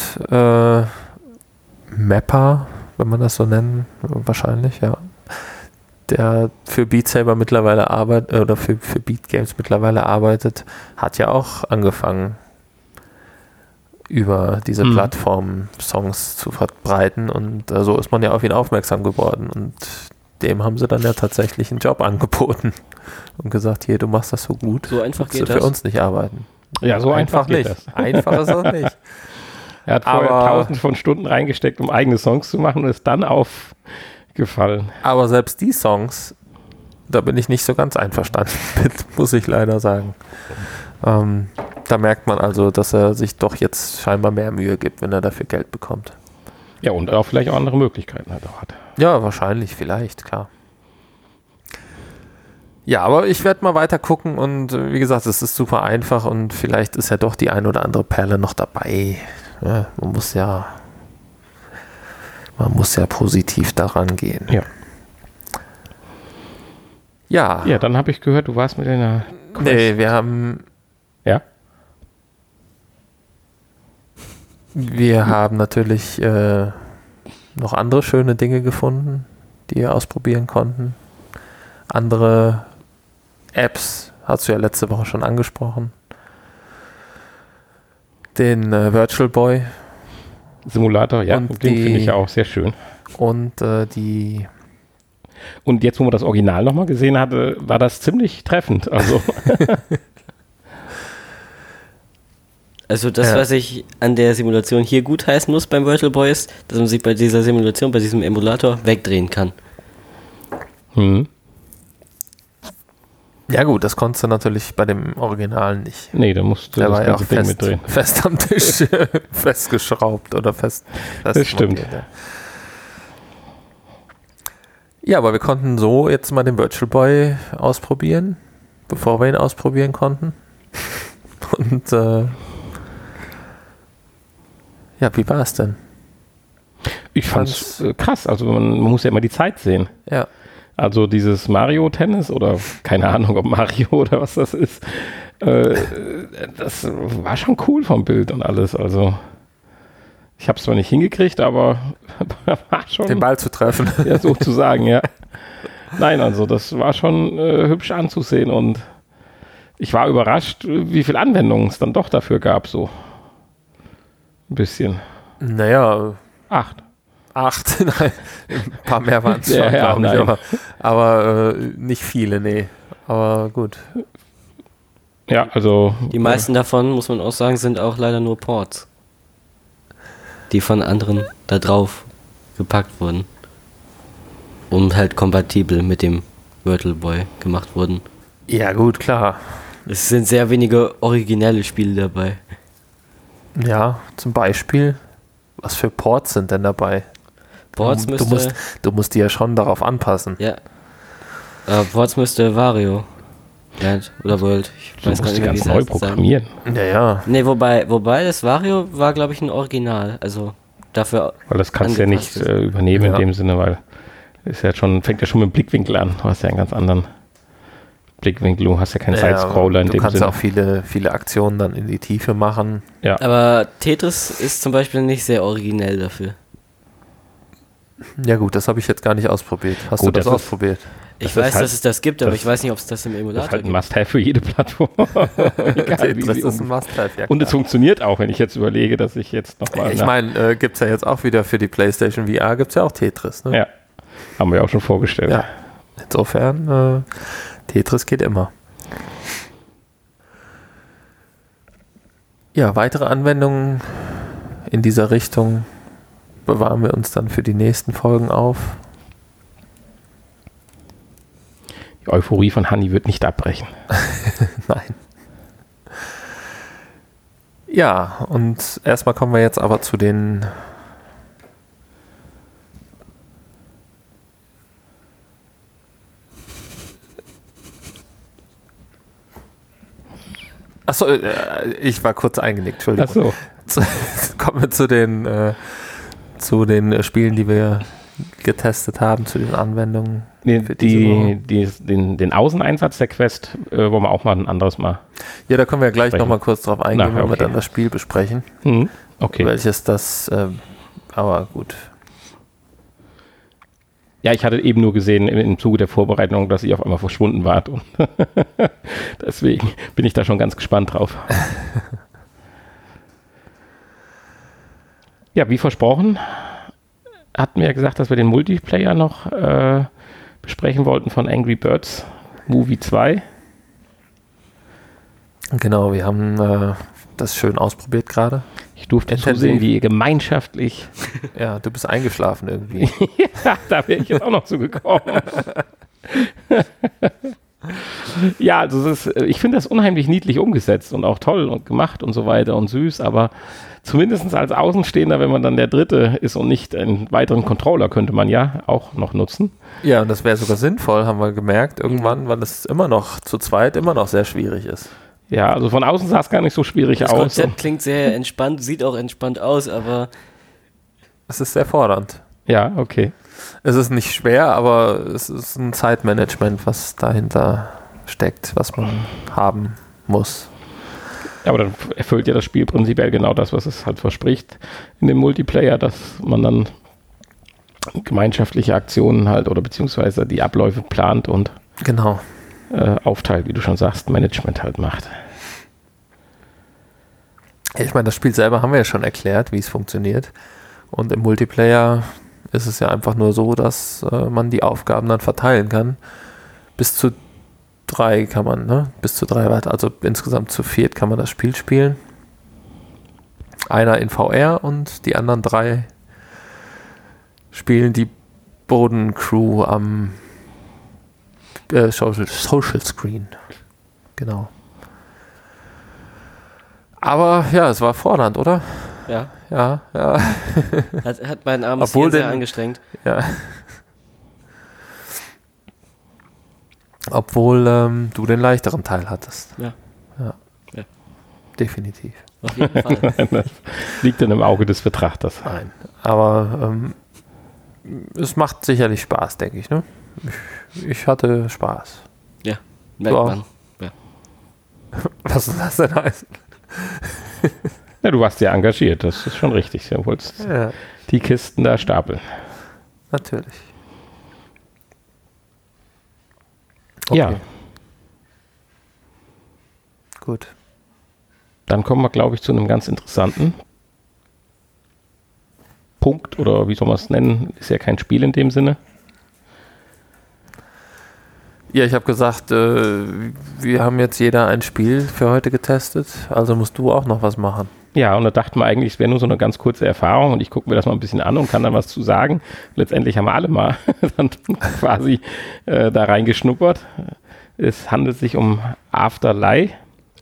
Mapper, wenn man das so nennen, wahrscheinlich, ja. Der für Beat Saber mittlerweile arbeitet, oder für Beat Games mittlerweile arbeitet, hat ja auch angefangen, über diese Plattform Songs zu verbreiten und so ist man ja auf ihn aufmerksam geworden und dem haben sie dann ja tatsächlich einen Job angeboten und gesagt, hier, du machst das so gut, So einfach willst geht du für das. uns nicht arbeiten. Ja, so einfach geht nicht. das. Einfach ist das nicht. Er hat vorher Aber- tausende von Stunden reingesteckt, um eigene Songs zu machen und ist dann aufgefallen. Aber selbst die Songs, da bin ich nicht so ganz einverstanden mit, muss ich leider sagen. Da merkt man also, dass er sich doch jetzt scheinbar mehr Mühe gibt, wenn er dafür Geld bekommt. Ja, und auch vielleicht auch andere Möglichkeiten halt auch hat. Ja, wahrscheinlich, vielleicht, klar. Ja, aber ich werde mal weiter gucken und wie gesagt, es ist super einfach und vielleicht ist ja doch die ein oder andere Perle noch dabei. Ja, man muss ja positiv daran gehen. Ja. Ja, Ja, dann habe ich gehört, du warst mit einer Quest. nee, wir haben natürlich noch andere schöne Dinge gefunden, die wir ausprobieren konnten. Andere Apps, hast du ja letzte Woche schon angesprochen. Den Virtual Boy Simulator, ja, Und den finde ich die- ja auch sehr schön. und die Und jetzt, wo man das Original nochmal gesehen hatte, war das ziemlich treffend. Also, Also das, Ja. was ich an der Simulation hier gut heißen muss beim Virtual Boy ist, dass man sich bei dieser Simulation, bei diesem Emulator wegdrehen kann. ja gut, das konntest du natürlich bei dem Originalen nicht. nee, da musst du Der das war ja auch ganze Ding mitdrehen. fest am Tisch festgeschraubt oder fest stimmt. montiert, ja. Ja, aber wir konnten so jetzt mal den Virtual Boy ausprobieren, bevor wir ihn ausprobieren konnten. Und ja, wie war es denn? Ich fand's krass. Also, man muss ja immer die Zeit sehen. Ja, Also dieses Mario-Tennis oder keine Ahnung, ob Mario oder was das ist, das war schon cool vom Bild und alles. Also ich habe es zwar nicht hingekriegt, aber war schon, den Ball zu treffen. ja, sozusagen, ja. Nein, also das war schon hübsch anzusehen und ich war überrascht, wie viel Anwendungen es dann doch dafür gab, so ein bisschen. Naja, 8. 8, nein, ein paar mehr waren es schon, Ja, glaube ich, nein. aber nicht viele, nee. Aber gut. Ja, also Die meisten davon, muss man auch sagen, sind auch leider nur Ports, die von anderen da drauf gepackt wurden und halt kompatibel mit dem Virtual Boy gemacht wurden. Ja, gut, klar. Es sind sehr wenige originelle Spiele dabei. Ja, zum Beispiel, was für Ports sind denn dabei? Ports müsste... Du musst die ja schon darauf anpassen. Ja. Ports müsste Wario. Land oder World. Ich du weiß gar musst nicht die mehr, wie ganz es neu heißt. programmieren. Ja, ja. Nee, wobei das Wario war, glaube ich, ein Original. Also dafür. Weil das kannst du ja nicht angepasst ist. übernehmen Ja. in dem Sinne, weil es ja schon, fängt ja schon mit dem Blickwinkel an. Du hast ja einen ganz anderen Blickwinkel, du hast ja keinen Side-Scroller in du dem kannst Sinne. auch viele Aktionen dann in die Tiefe machen. Ja. Aber Tetris ist zum Beispiel nicht sehr originell dafür. Ja gut, das habe ich jetzt gar nicht ausprobiert. Hast Gut, du das das ist- ausprobiert? Ich weiß, dass es das gibt, aber ich weiß nicht, ob es das im Emulator gibt. Das ist halt ein Must-Have für jede Plattform. Egal, das ist ein Must-Have, ja. Und es funktioniert auch, wenn ich jetzt überlege, dass ich jetzt nochmal... Ich meine, gibt es ja jetzt auch wieder für die PlayStation VR, gibt es ja auch Tetris. Ne? Ja, haben wir auch schon vorgestellt. Ja. Insofern, Tetris geht immer. Ja, weitere Anwendungen in dieser Richtung bewahren wir uns dann für die nächsten Folgen auf. Die Euphorie von Hanni wird nicht abbrechen. Nein. Ja, und erstmal kommen wir jetzt aber zu den Achso, ich war kurz eingenickt, Entschuldigung. Achso. Kommen wir zu den Spielen, die wir getestet haben, zu den Anwendungen. Den Außeneinsatz der Quest wollen wir auch mal ein anderes Mal. Ja, da können wir ja gleich nochmal kurz drauf eingehen, wenn wir dann das Spiel besprechen. Okay. Welches das, aber gut. Ja, ich hatte eben nur gesehen im Zuge der Vorbereitung, dass ihr auf einmal verschwunden wart. Und deswegen bin ich da schon ganz gespannt drauf. Ja, wie versprochen, hatten wir ja gesagt, dass wir den Multiplayer noch besprechen wollten von Angry Birds Movie 2. Genau, wir haben das schön ausprobiert gerade. Ich durfte zusehen, wie ihr gemeinschaftlich... Ja, du bist eingeschlafen irgendwie. Ja, da wäre ich jetzt auch noch zugekommen. Ja, also ich finde das unheimlich niedlich umgesetzt und auch toll und gemacht und so weiter und süß, aber zumindest als Außenstehender, wenn man dann der Dritte ist und nicht einen weiteren Controller, könnte man ja auch noch nutzen. Ja, und das wäre sogar sinnvoll, haben wir gemerkt, irgendwann, weil es immer noch zu zweit immer noch sehr schwierig ist. Ja, also von außen sah es gar nicht so schwierig aus. Das Konzept klingt sehr entspannt, sieht auch entspannt aus, aber... Es ist sehr fordernd. Ja, okay. Es ist nicht schwer, aber es ist ein Zeitmanagement, was dahinter steckt, was man haben muss. Ja, aber dann erfüllt ja das Spiel prinzipiell genau das, was es halt verspricht in dem Multiplayer, dass man dann gemeinschaftliche Aktionen halt oder beziehungsweise die Abläufe plant und genau aufteilt, wie du schon sagst, Management halt macht. Ich meine, das Spiel selber haben wir ja schon erklärt, wie es funktioniert. Und im Multiplayer ist es ja einfach nur so, dass man die Aufgaben dann verteilen kann. Bis zu 3 kann man, ne? Bis zu 3 weiter, also insgesamt zu 4 kann man das Spiel spielen. Einer in VR und die anderen 3 spielen die Bodencrew am Social Screen. Genau. Aber ja, es war fordernd, oder? Ja. Ja. Hat meinen armes Hirn sehr angestrengt. Ja. Obwohl du den leichteren Teil hattest. Ja. Definitiv. Auf jeden Fall. Das liegt dann im Auge des Betrachters. Nein. Aber es macht sicherlich Spaß, denke ich. Ne? Ich hatte Spaß. Ja, merkt man. Ja. Was soll das denn heißen? Ja, du warst sehr engagiert, das ist schon richtig. Du wolltest die Kisten da stapeln. Natürlich. Okay. Ja. Gut. Dann kommen wir, glaube ich, zu einem ganz interessanten Punkt, oder wie soll man es nennen? Ist ja kein Spiel in dem Sinne. Ja, ich habe gesagt, wir haben jetzt jeder ein Spiel für heute getestet, also musst du auch noch was machen. Ja, und da dachten wir eigentlich, es wäre nur so eine ganz kurze Erfahrung und ich gucke mir das mal ein bisschen an und kann dann was zu sagen. Letztendlich haben wir alle mal dann quasi da reingeschnuppert. Es handelt sich um Afterlife,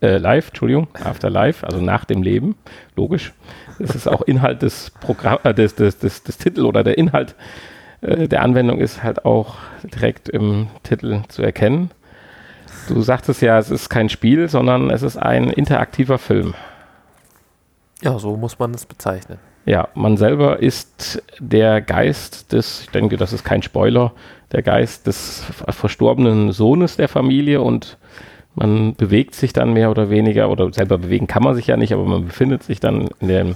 also nach dem Leben, logisch. Das ist auch Inhalt des Programms, des Titel oder der Inhalt der Anwendung ist halt auch direkt im Titel zu erkennen. Du sagtest ja, es ist kein Spiel, sondern es ist ein interaktiver Film. Ja, so muss man es bezeichnen. Ja, man selber ist der Geist des, ich denke, das ist kein Spoiler, der Geist des verstorbenen Sohnes der Familie und man bewegt sich dann mehr oder weniger, oder selber bewegen kann man sich ja nicht, aber man befindet sich dann in den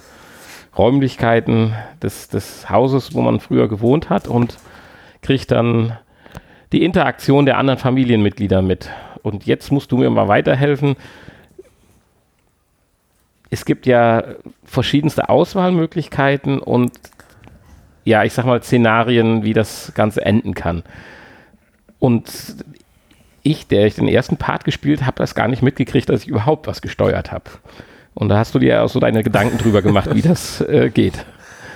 Räumlichkeiten des Hauses, wo man früher gewohnt hat und kriegt dann die Interaktion der anderen Familienmitglieder mit. Und jetzt musst du mir mal weiterhelfen. Es gibt ja verschiedenste Auswahlmöglichkeiten und ja, ich sag mal Szenarien, wie das Ganze enden kann. Und der ich den ersten Part gespielt habe, das gar nicht mitgekriegt, dass ich überhaupt was gesteuert habe. Und da hast du dir auch so deine Gedanken drüber gemacht, wie das geht.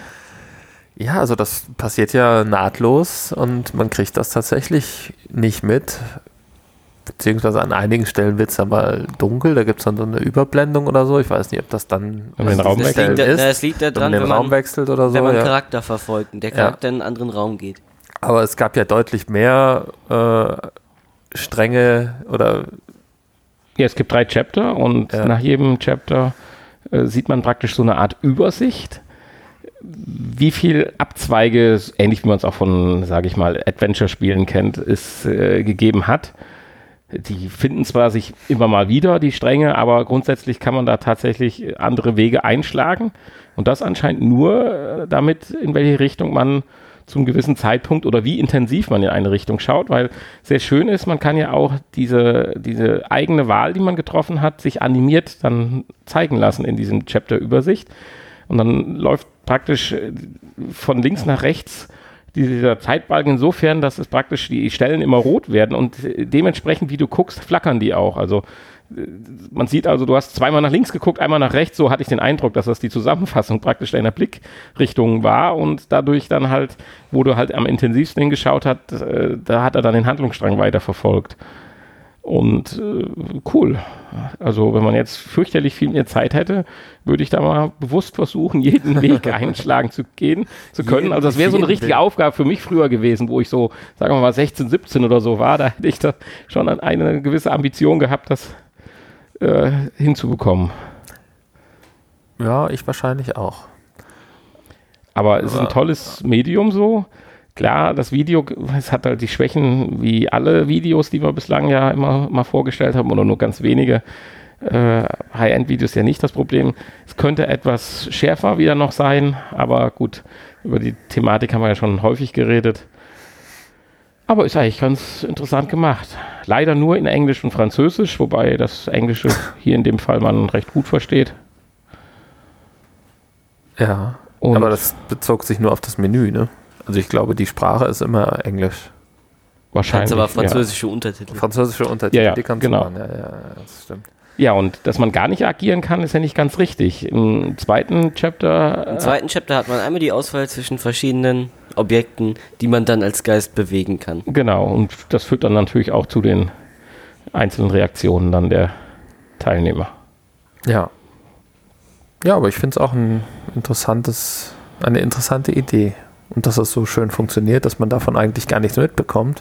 Ja, also das passiert ja nahtlos und man kriegt das tatsächlich nicht mit. Beziehungsweise an einigen Stellen wird es dann mal dunkel, da gibt es dann so eine Überblendung oder so. Ich weiß nicht, ob das dann den Raum wechselt. Es liegt daran, wenn man wechselt oder so. Wenn man Charakter verfolgt und der Charakter in einen anderen Raum geht. Aber es gab ja deutlich mehr Stränge oder... Ja, es gibt 3 Chapter und nach jedem Chapter sieht man praktisch so eine Art Übersicht, wie viel Abzweige, ähnlich wie man es auch von, sage ich mal, Adventure-Spielen kennt, es gegeben hat. Die finden zwar sich immer mal wieder, die Stränge, aber grundsätzlich kann man da tatsächlich andere Wege einschlagen. Und das anscheinend nur damit, in welche Richtung man zum gewissen Zeitpunkt oder wie intensiv man in eine Richtung schaut, weil sehr schön ist, man kann ja auch diese eigene Wahl, die man getroffen hat, sich animiert dann zeigen lassen in diesem Chapter-Übersicht. Und dann läuft praktisch von links nach rechts dieser Zeitbalken insofern, dass es praktisch die Stellen immer rot werden und dementsprechend, wie du guckst, flackern die auch. Also man sieht also, du hast zweimal nach links geguckt, einmal nach rechts, so hatte ich den Eindruck, dass das die Zusammenfassung praktisch deiner Blickrichtung war und dadurch dann halt, wo du halt am intensivsten hingeschaut hast, da hat er dann den Handlungsstrang weiterverfolgt. Und cool. Also wenn man jetzt fürchterlich viel mehr Zeit hätte, würde ich da mal bewusst versuchen, jeden Weg einschlagen zu können. Also das wäre so eine richtige Aufgabe für mich früher gewesen, wo ich so, sagen wir mal 16, 17 oder so war. Da hätte ich da schon eine gewisse Ambition gehabt, das hinzubekommen. Ja, ich wahrscheinlich auch. Aber es ist ein tolles Medium so. Klar, das Video, es hat halt die Schwächen wie alle Videos, die wir bislang ja immer mal vorgestellt haben, oder nur ganz wenige High-End-Videos ja nicht das Problem. Es könnte etwas schärfer wieder noch sein, aber gut, über die Thematik haben wir ja schon häufig geredet. Aber ist eigentlich ganz interessant gemacht. Leider nur in Englisch und Französisch, wobei das Englische hier in dem Fall man recht gut versteht. Ja, aber das bezog sich nur auf das Menü, ne? Also ich glaube, die Sprache ist immer Englisch. Wahrscheinlich. Kannst aber französische Untertitel. Französische Untertitel, ja, die kannst genau. du machen. Ja, das stimmt. Ja, und dass man gar nicht agieren kann, ist ja nicht ganz richtig. Im zweiten Chapter hat man einmal die Auswahl zwischen verschiedenen Objekten, die man dann als Geist bewegen kann. Genau, und das führt dann natürlich auch zu den einzelnen Reaktionen dann der Teilnehmer. Ja. Ja, aber ich finde es auch eine interessante Idee. Und dass das so schön funktioniert, dass man davon eigentlich gar nichts mitbekommt.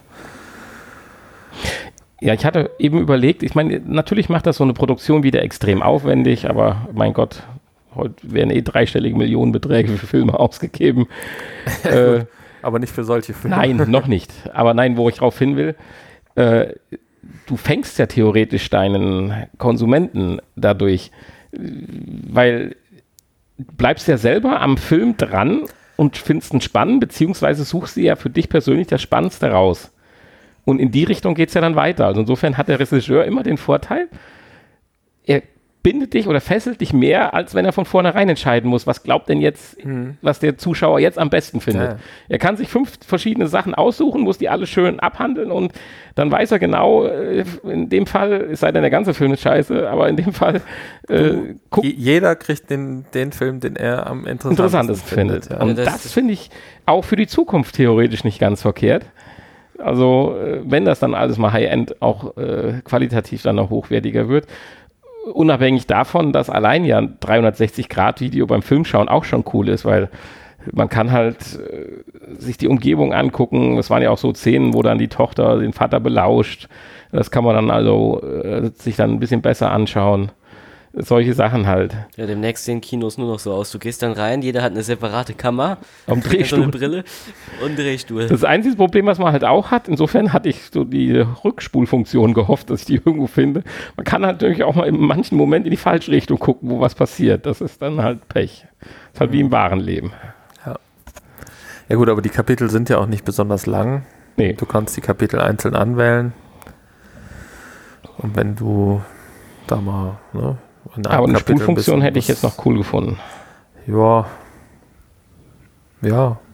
Ja, ich hatte eben überlegt, ich meine, natürlich macht das so eine Produktion wieder extrem aufwendig, aber mein Gott, heute werden 3-stellige Millionenbeträge für Filme ausgegeben. Aber nicht für solche Filme. Nein, noch nicht. Aber nein, wo ich drauf hin will, du fängst ja theoretisch deinen Konsumenten dadurch, weil du bleibst ja selber am Film dran und findest ihn spannend, beziehungsweise suchst du ja für dich persönlich das Spannendste raus. Und in die Richtung geht es ja dann weiter. Also insofern hat der Regisseur immer den Vorteil, er bindet dich oder fesselt dich mehr, als wenn er von vornherein entscheiden muss, was glaubt denn jetzt, was der Zuschauer jetzt am besten findet. Ja. Er kann sich 5 verschiedene Sachen aussuchen, muss die alle schön abhandeln und dann weiß er genau, in dem Fall, es sei denn, der ganze Film ist scheiße, aber in dem Fall jeder kriegt den Film, den er am interessantesten findet. Ja. Und das finde ich auch für die Zukunft theoretisch nicht ganz verkehrt. Also wenn das dann alles mal High-End auch qualitativ dann noch hochwertiger wird, unabhängig davon, dass allein ja ein 360-Grad-Video beim Filmschauen auch schon cool ist, weil man kann halt sich die Umgebung angucken. Es waren ja auch so Szenen, wo dann die Tochter den Vater belauscht. Das kann man dann also sich dann ein bisschen besser anschauen. Solche Sachen halt. Ja, demnächst sehen Kinos nur noch so aus. Du gehst dann rein, jeder hat eine separate Kamera, am Drehstuhl, so eine Brille und Drehstuhl. Das einzige Problem, was man halt auch hat, insofern hatte ich so die Rückspulfunktion gehofft, dass ich die irgendwo finde. Man kann halt natürlich auch mal in manchen Momenten in die falsche Richtung gucken, wo was passiert. Das ist dann halt Pech. Das ist halt wie im wahren Leben. Ja gut, aber die Kapitel sind ja auch nicht besonders lang. Nee. Du kannst die Kapitel einzeln anwählen. Und wenn du da mal, ne, in einem Aber eine Kapitel Spulfunktion bist, hätte ich jetzt noch cool gefunden. Ja. Ja.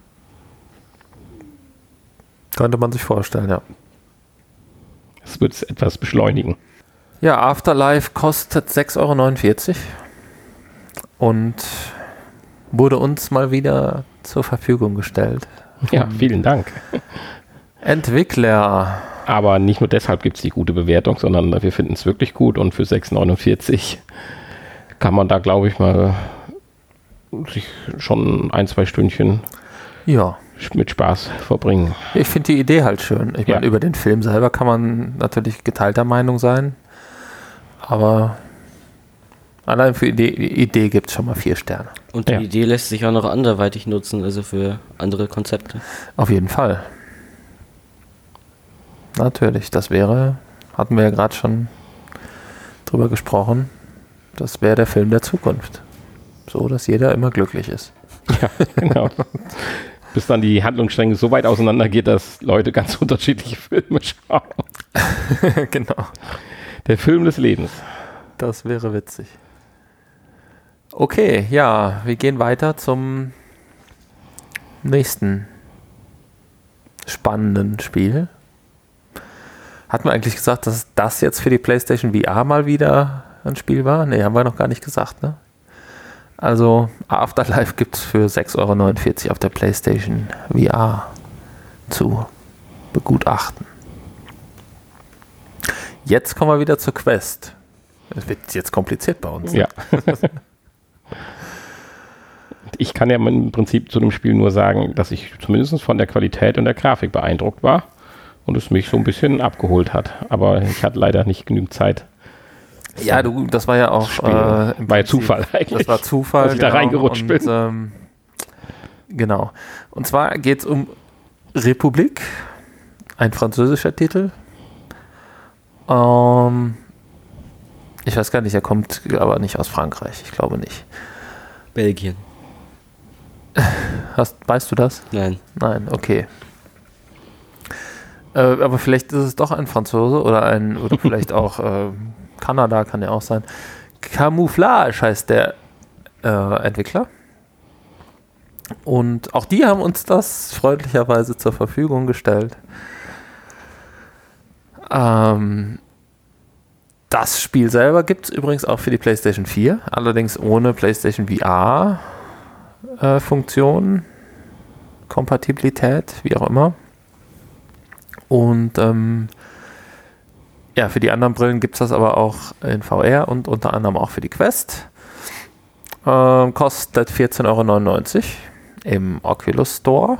Könnte man sich vorstellen, ja. Das wird es etwas beschleunigen. Ja, Afterlife kostet 6,49 € und wurde uns mal wieder zur Verfügung gestellt. Ja, vielen Dank. Entwickler. Aber nicht nur deshalb gibt es die gute Bewertung, sondern wir finden es wirklich gut und für 6,49 kann man da, glaube ich, mal sich schon 1-2 Stündchen mit Spaß verbringen. Ich finde die Idee halt schön. Ich meine, über den Film selber kann man natürlich geteilter Meinung sein, aber allein für die Idee gibt es schon mal 4 Sterne. Und die Idee lässt sich auch noch anderweitig nutzen, also für andere Konzepte. Auf jeden Fall. Natürlich, das wäre, hatten wir ja gerade schon drüber gesprochen, das wäre der Film der Zukunft. So, dass jeder immer glücklich ist. Ja, genau. Bis dann die Handlungsstränge so weit auseinander geht, dass Leute ganz unterschiedliche Filme schauen. Genau. Der Film des Lebens. Das wäre witzig. Okay, ja, wir gehen weiter zum nächsten spannenden Spiel. Hatten wir eigentlich gesagt, dass das jetzt für die PlayStation VR mal wieder ein Spiel war? Ne, haben wir noch gar nicht gesagt, ne? Also Afterlife gibt es für 6,49 € auf der PlayStation VR zu begutachten. Jetzt kommen wir wieder zur Quest. Es wird jetzt kompliziert bei uns. Ja. Ich kann ja im Prinzip zu dem Spiel nur sagen, dass ich zumindest von der Qualität und der Grafik beeindruckt war und es mich so ein bisschen abgeholt hat. Aber ich hatte leider nicht genügend Zeit. Ja, das war ja auch war ja Zufall eigentlich. Das war Zufall, dass ich da reingerutscht bin. Genau. Und zwar geht es um Republik, ein französischer Titel. Ich weiß gar nicht, er kommt aber nicht aus Frankreich, ich glaube nicht. Belgien. Weißt du das? Nein. Nein, okay. Aber vielleicht ist es doch ein Franzose oder vielleicht auch Kanada, kann ja auch sein. Camouflage heißt der Entwickler. Und auch die haben uns das freundlicherweise zur Verfügung gestellt. Das Spiel selber gibt es übrigens auch für die PlayStation 4, allerdings ohne PlayStation VR Funktion, Kompatibilität, wie auch immer. Und für die anderen Brillen gibt es das aber auch in VR und unter anderem auch für die Quest. Kostet 14,99 € im Oculus Store.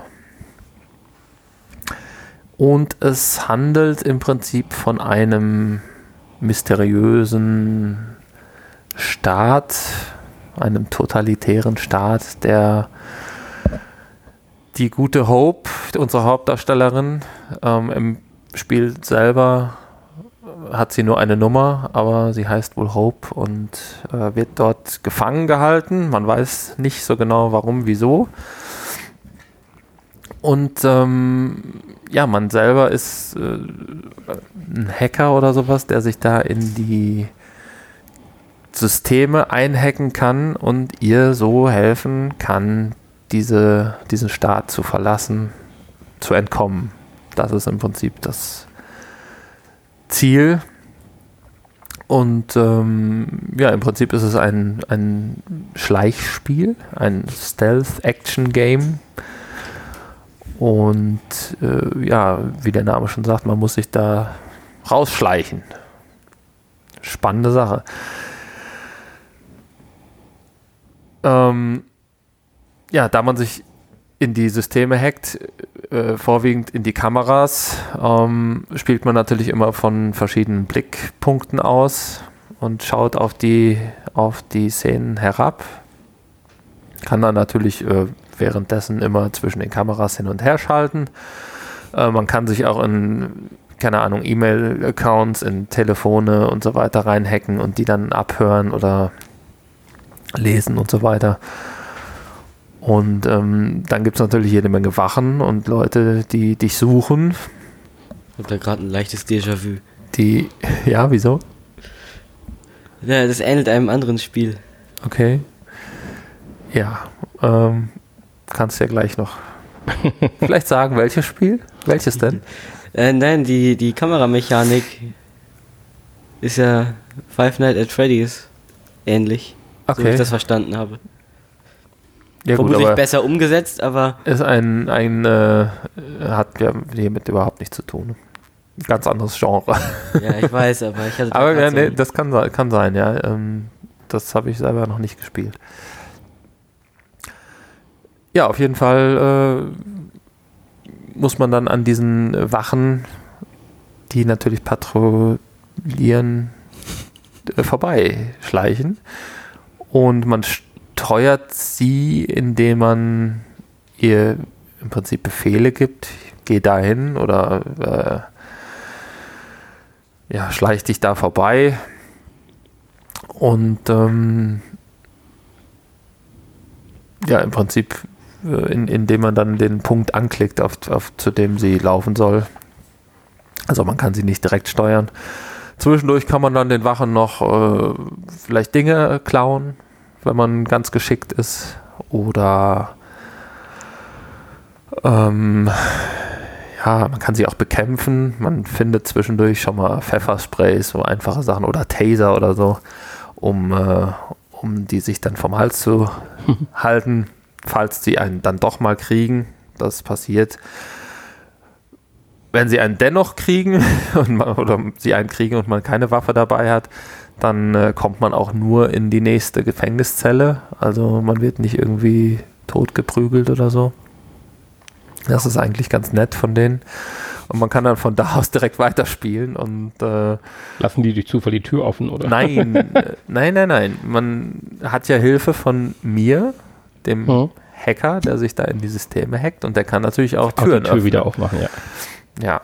Und es handelt im Prinzip von einem mysteriösen Staat, einem totalitären Staat, der die gute Hope, unsere Hauptdarstellerin, im Spiel selber hat sie nur eine Nummer, aber sie heißt wohl Hope und wird dort gefangen gehalten. Man weiß nicht so genau warum, wieso. Und man selber ist ein Hacker oder sowas, der sich da in die Systeme einhacken kann und ihr so helfen kann, diesen Staat zu verlassen, zu entkommen. Das ist im Prinzip das Ziel. Und im Prinzip ist es ein Schleichspiel, ein Stealth-Action-Game. Und wie der Name schon sagt, man muss sich da rausschleichen. Spannende Sache. Da man sich in die Systeme hackt, vorwiegend in die Kameras, spielt man natürlich immer von verschiedenen Blickpunkten aus und schaut auf die Szenen herab. Kann dann natürlich währenddessen immer zwischen den Kameras hin und her schalten. Man kann sich auch in, E-Mail-Accounts, in Telefone und so weiter reinhacken und die dann abhören oder lesen und so weiter. Und dann gibt es natürlich jede Menge Wachen und Leute, die dich suchen. Ich habe da gerade ein leichtes Déjà-vu. Ja, wieso? Ja, das ähnelt einem anderen Spiel. Okay. Ja, kannst ja gleich noch vielleicht sagen, welches Spiel? Welches denn? Nein, die Kameramechanik ist ja Five Nights at Freddy's ähnlich, so wie ich das verstanden habe. Ja, vermutlich gut, besser umgesetzt, aber... Ist hat ja hiermit überhaupt nichts zu tun. Ein ganz anderes Genre. Ja, ich weiß, aber ich hatte... Aber nee, das kann sein, ja. Das habe ich selber noch nicht gespielt. Ja, auf jeden Fall muss man dann an diesen Wachen, die natürlich patrouillieren, vorbeischleichen. Und man steuert sie, indem man ihr im Prinzip Befehle gibt. Geh dahin oder schleich dich da vorbei. Und im Prinzip indem man dann den Punkt anklickt, zu dem sie laufen soll. Also man kann sie nicht direkt steuern. Zwischendurch kann man dann den Wachen noch vielleicht Dinge klauen, wenn man ganz geschickt ist. Oder man kann sie auch bekämpfen. Man findet zwischendurch schon mal Pfeffersprays, so einfache Sachen, oder Taser oder so, um die sich dann vom Hals zu halten, falls sie einen dann doch mal kriegen. Das passiert. Wenn sie einen dennoch kriegen oder sie einen kriegen und man keine Waffe dabei hat, dann kommt man auch nur in die nächste Gefängniszelle. Also man wird nicht irgendwie totgeprügelt oder so. Das ist eigentlich ganz nett von denen. Und man kann dann von da aus direkt weiterspielen. Und lassen die durch Zufall die Tür offen, oder? Nein. Man hat ja Hilfe von mir, dem Hacker, der sich da in die Systeme hackt. Und der kann natürlich auch Türen die Tür wieder aufmachen, ja. Ja.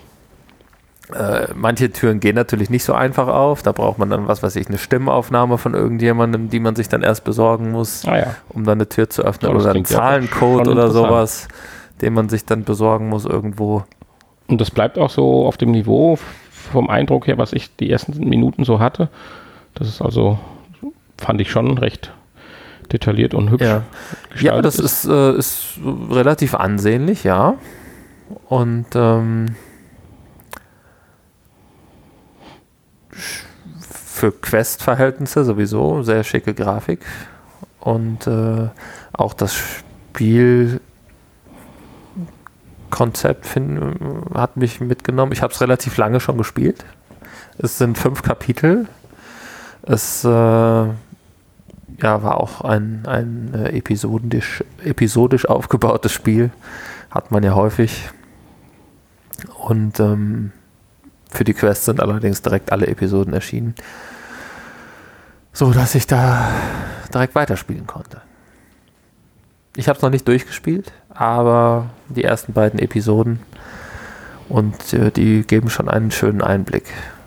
Manche Türen gehen natürlich nicht so einfach auf. Da braucht man dann, eine Stimmaufnahme von irgendjemandem, die man sich dann erst besorgen muss, um dann eine Tür zu öffnen. Oder einen Zahlencode oder sowas, den man sich dann besorgen muss irgendwo. Und das bleibt auch so auf dem Niveau vom Eindruck her, was ich die ersten Minuten so hatte. Das ist also, fand ich schon recht detailliert und hübsch gestaltet. Ja, das ist relativ ansehnlich, ja. Und für Quest-Verhältnisse sowieso sehr schicke Grafik. Und auch das Spielkonzept hat mich mitgenommen. Ich habe es relativ lange schon gespielt. Es sind 5 Kapitel. Es war auch ein episodisch aufgebautes Spiel. Hat man ja häufig. Und für die Quest sind allerdings direkt alle Episoden erschienen. So, dass ich da direkt weiterspielen konnte. Ich habe es noch nicht durchgespielt, aber die ersten beiden Episoden und die geben schon einen schönen Einblick.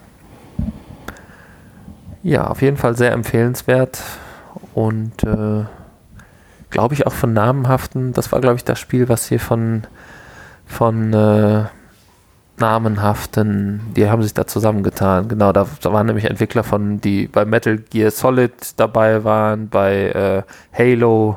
Ja, auf jeden Fall sehr empfehlenswert und glaube ich auch von namenhaften, das war glaube ich das Spiel, was hier von namenhaften, die haben sich da zusammengetan. Genau, da waren nämlich Entwickler die bei Metal Gear Solid dabei waren, bei Halo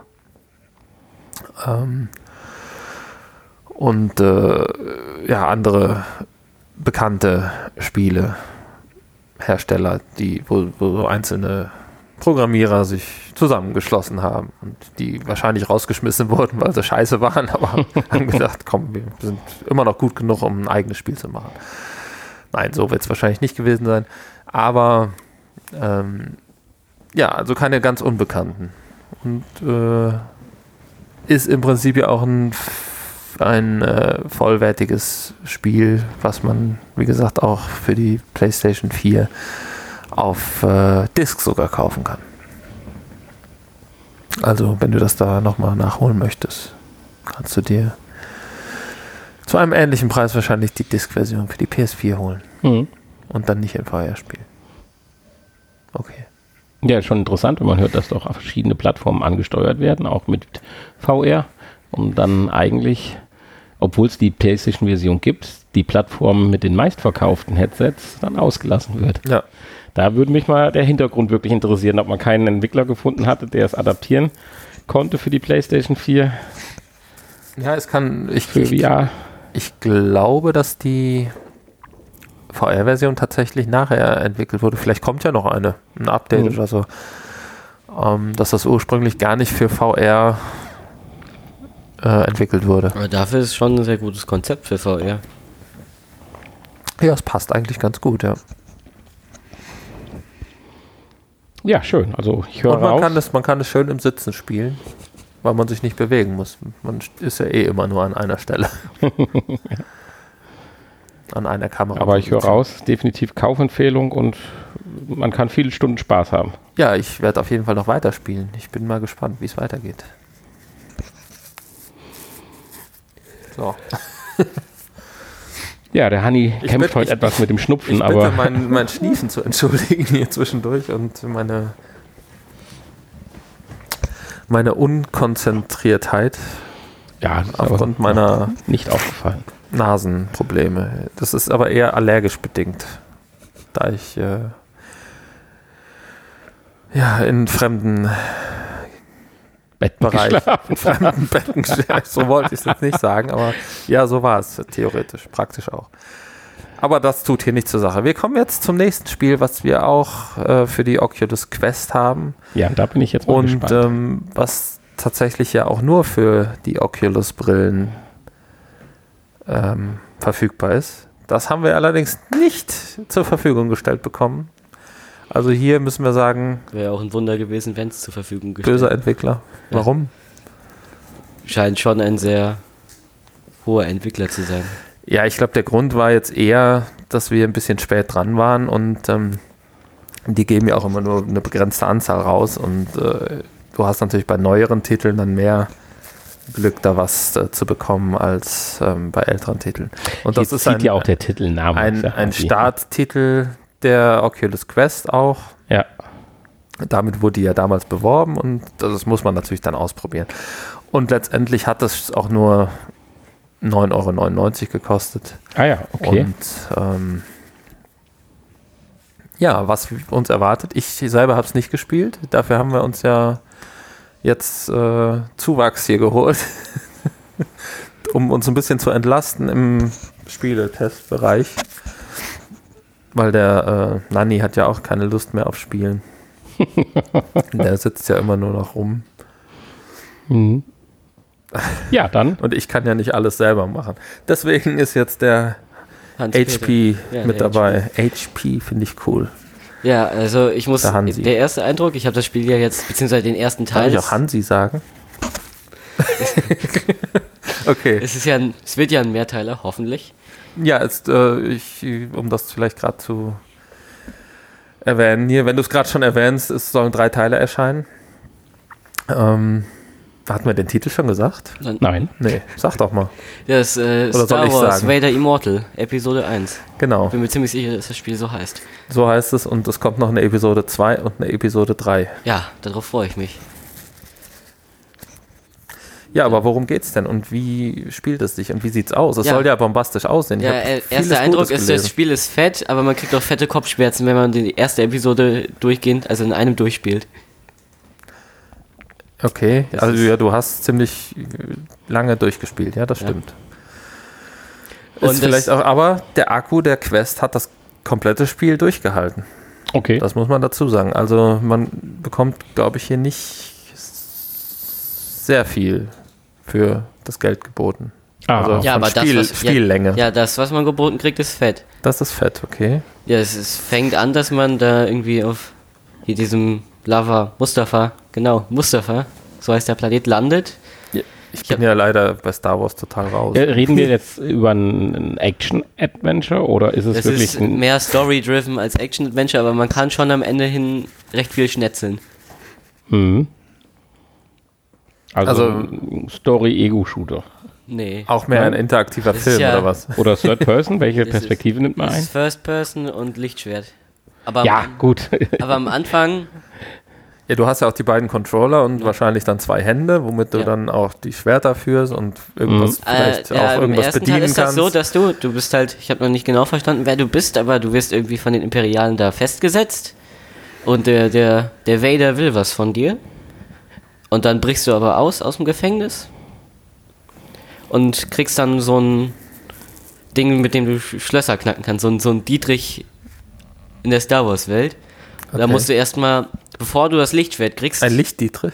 und andere bekannte Spielehersteller, wo so einzelne Programmierer sich zusammengeschlossen haben und die wahrscheinlich rausgeschmissen wurden, weil sie scheiße waren, aber haben gedacht, komm, wir sind immer noch gut genug, um ein eigenes Spiel zu machen. Nein, so wird es wahrscheinlich nicht gewesen sein, aber also keine ganz Unbekannten. Und ist im Prinzip ja auch ein vollwertiges Spiel, was man, wie gesagt, auch für die PlayStation 4 auf Disc sogar kaufen kann. Also, wenn du das da nochmal nachholen möchtest, kannst du dir zu einem ähnlichen Preis wahrscheinlich die Disc-Version für die PS4 holen. Und dann nicht in VR spielen. Okay. Ja, schon interessant, wenn man hört, dass doch verschiedene Plattformen angesteuert werden, auch mit VR. Und dann eigentlich, obwohl es die PlayStation-Version gibt, die Plattform mit den meistverkauften Headsets dann ausgelassen wird. Ja. Da würde mich mal der Hintergrund wirklich interessieren, ob man keinen Entwickler gefunden hatte, der es adaptieren konnte für die PlayStation 4. Ja, es kann. Für VR. Ich glaube, dass die VR-Version tatsächlich nachher entwickelt wurde. Vielleicht kommt ja noch ein Update oder so. Dass das ursprünglich gar nicht für VR entwickelt wurde. Aber dafür ist es schon ein sehr gutes Konzept für VR. Ja, es passt eigentlich ganz gut, ja. Ja, schön. Also ich höre Und man raus. kann es schön im Sitzen spielen, weil man sich nicht bewegen muss. Man ist ja immer nur an einer Stelle. An einer Kamera. Aber ich höre raus, definitiv Kaufempfehlung und man kann viele Stunden Spaß haben. Ja, ich werde auf jeden Fall noch weiterspielen. Ich bin mal gespannt, wie es weitergeht. So. Ja, der Hanni kämpft heute etwas mit dem Schnupfen, Ich bitte aber mein Schniefen zu entschuldigen hier zwischendurch und meine Unkonzentriertheit ja, das ist aufgrund aber meiner nicht aufgefallen. Nasenprobleme. Das ist aber eher allergisch bedingt, da ich in fremden Betten Bereich, geschlafen. in fremden Betten, so wollte ich es jetzt nicht sagen, aber ja, so war es theoretisch, praktisch auch. Aber das tut hier nicht zur Sache. Wir kommen jetzt zum nächsten Spiel, was wir auch für die Oculus Quest haben. Ja, da bin ich jetzt mal Und gespannt. was tatsächlich ja auch nur für die Oculus-Brillen verfügbar ist. Das haben wir allerdings nicht zur Verfügung gestellt bekommen. Also hier müssen wir sagen, Wäre auch ein Wunder gewesen, wenn es zur Verfügung gestellt böser Entwickler. Warum? Scheint schon ein sehr hoher Entwickler zu sein. Ja, ich glaube, der Grund war jetzt eher, dass wir ein bisschen spät dran waren und die geben ja auch immer nur eine begrenzte Anzahl raus und du hast natürlich bei neueren Titeln dann mehr Glück, da was zu bekommen als bei älteren Titeln. Und das ist ja auch der Titelname. ein Starttitel der Oculus Quest auch. Ja. Damit wurde die ja damals beworben und das muss man natürlich dann ausprobieren. Und letztendlich hat das auch nur 9,99 € gekostet. Ah ja, okay. Und ja, was uns erwartet, ich selber habe es nicht gespielt, dafür haben wir uns ja jetzt Zuwachs hier geholt, um uns ein bisschen zu entlasten im Spieletestbereich, weil der Nanni hat ja auch keine Lust mehr auf Spielen. Der sitzt ja immer nur noch rum. Mhm. Ja, dann. Und ich kann ja nicht alles selber machen. Deswegen ist jetzt der HP mit dabei. HP finde ich cool. Ja, also ich muss, der erste Eindruck, ich habe das Spiel ja jetzt, beziehungsweise den ersten Teil. Darf ich auch Hansi sagen? Okay. Es wird ja ein Mehrteiler, hoffentlich. Ja, um das vielleicht gerade zu erwähnen hier, wenn du es gerade schon erwähnst, es sollen 3 Teile erscheinen. Hatten wir den Titel schon gesagt? Nein. Nee, sag doch mal. Das Star Wars Vader Immortal, Episode 1. Genau. Ich bin mir ziemlich sicher, dass das Spiel so heißt. So heißt es und es kommt noch eine Episode 2 und eine Episode 3. Ja, darauf freue ich mich. Ja, aber worum geht's denn und wie spielt es sich und wie sieht's aus? Es soll ja bombastisch aussehen. Ja, erster Eindruck ist, das Spiel ist fett, aber man kriegt auch fette Kopfschmerzen, wenn man die erste Episode durchgehend, also in einem durchspielt. Okay, also ja, du hast ziemlich lange durchgespielt, ja, das stimmt. Ja. Ist vielleicht auch, aber der Akku der Quest hat das komplette Spiel durchgehalten. Okay. Das muss man dazu sagen. Also man bekommt, glaube ich, hier nicht sehr viel für das Geld geboten. Also ja, aber Spiellänge. Ja, das, was man geboten kriegt, ist fett. Das ist fett, okay. Ja, es fängt an, dass man da irgendwie auf hier diesem Mustafa, so heißt der Planet, landet. Ja, ich bin ja leider bei Star Wars total raus. Reden wir jetzt über ein Action-Adventure oder ist es wirklich ist mehr Story-driven als Action-Adventure, aber man kann schon am Ende hin recht viel schnetzeln. Mhm. Also Story-Ego-Shooter. Nee. Auch mehr ein interaktiver Film oder was? Oder Third Person? Welche Perspektive nimmt man ein? First Person und Lichtschwert. Gut. Aber am Anfang Ja, du hast ja auch die beiden Controller und wahrscheinlich dann 2 Hände, womit du dann auch die Schwerter führst und irgendwas vielleicht auch irgendwas bedienen kannst. Im ersten Teil ist das so, dass du bist halt, ich habe noch nicht genau verstanden, wer du bist, aber du wirst irgendwie von den Imperialen da festgesetzt und der Vader will was von dir und dann brichst du aber aus dem Gefängnis und kriegst dann so ein Ding, mit dem du Schlösser knacken kannst, so ein Dietrich in der Star Wars Welt. Okay. Da musst du erstmal, bevor du das Lichtschwert kriegst. Ein Licht-Dietrich?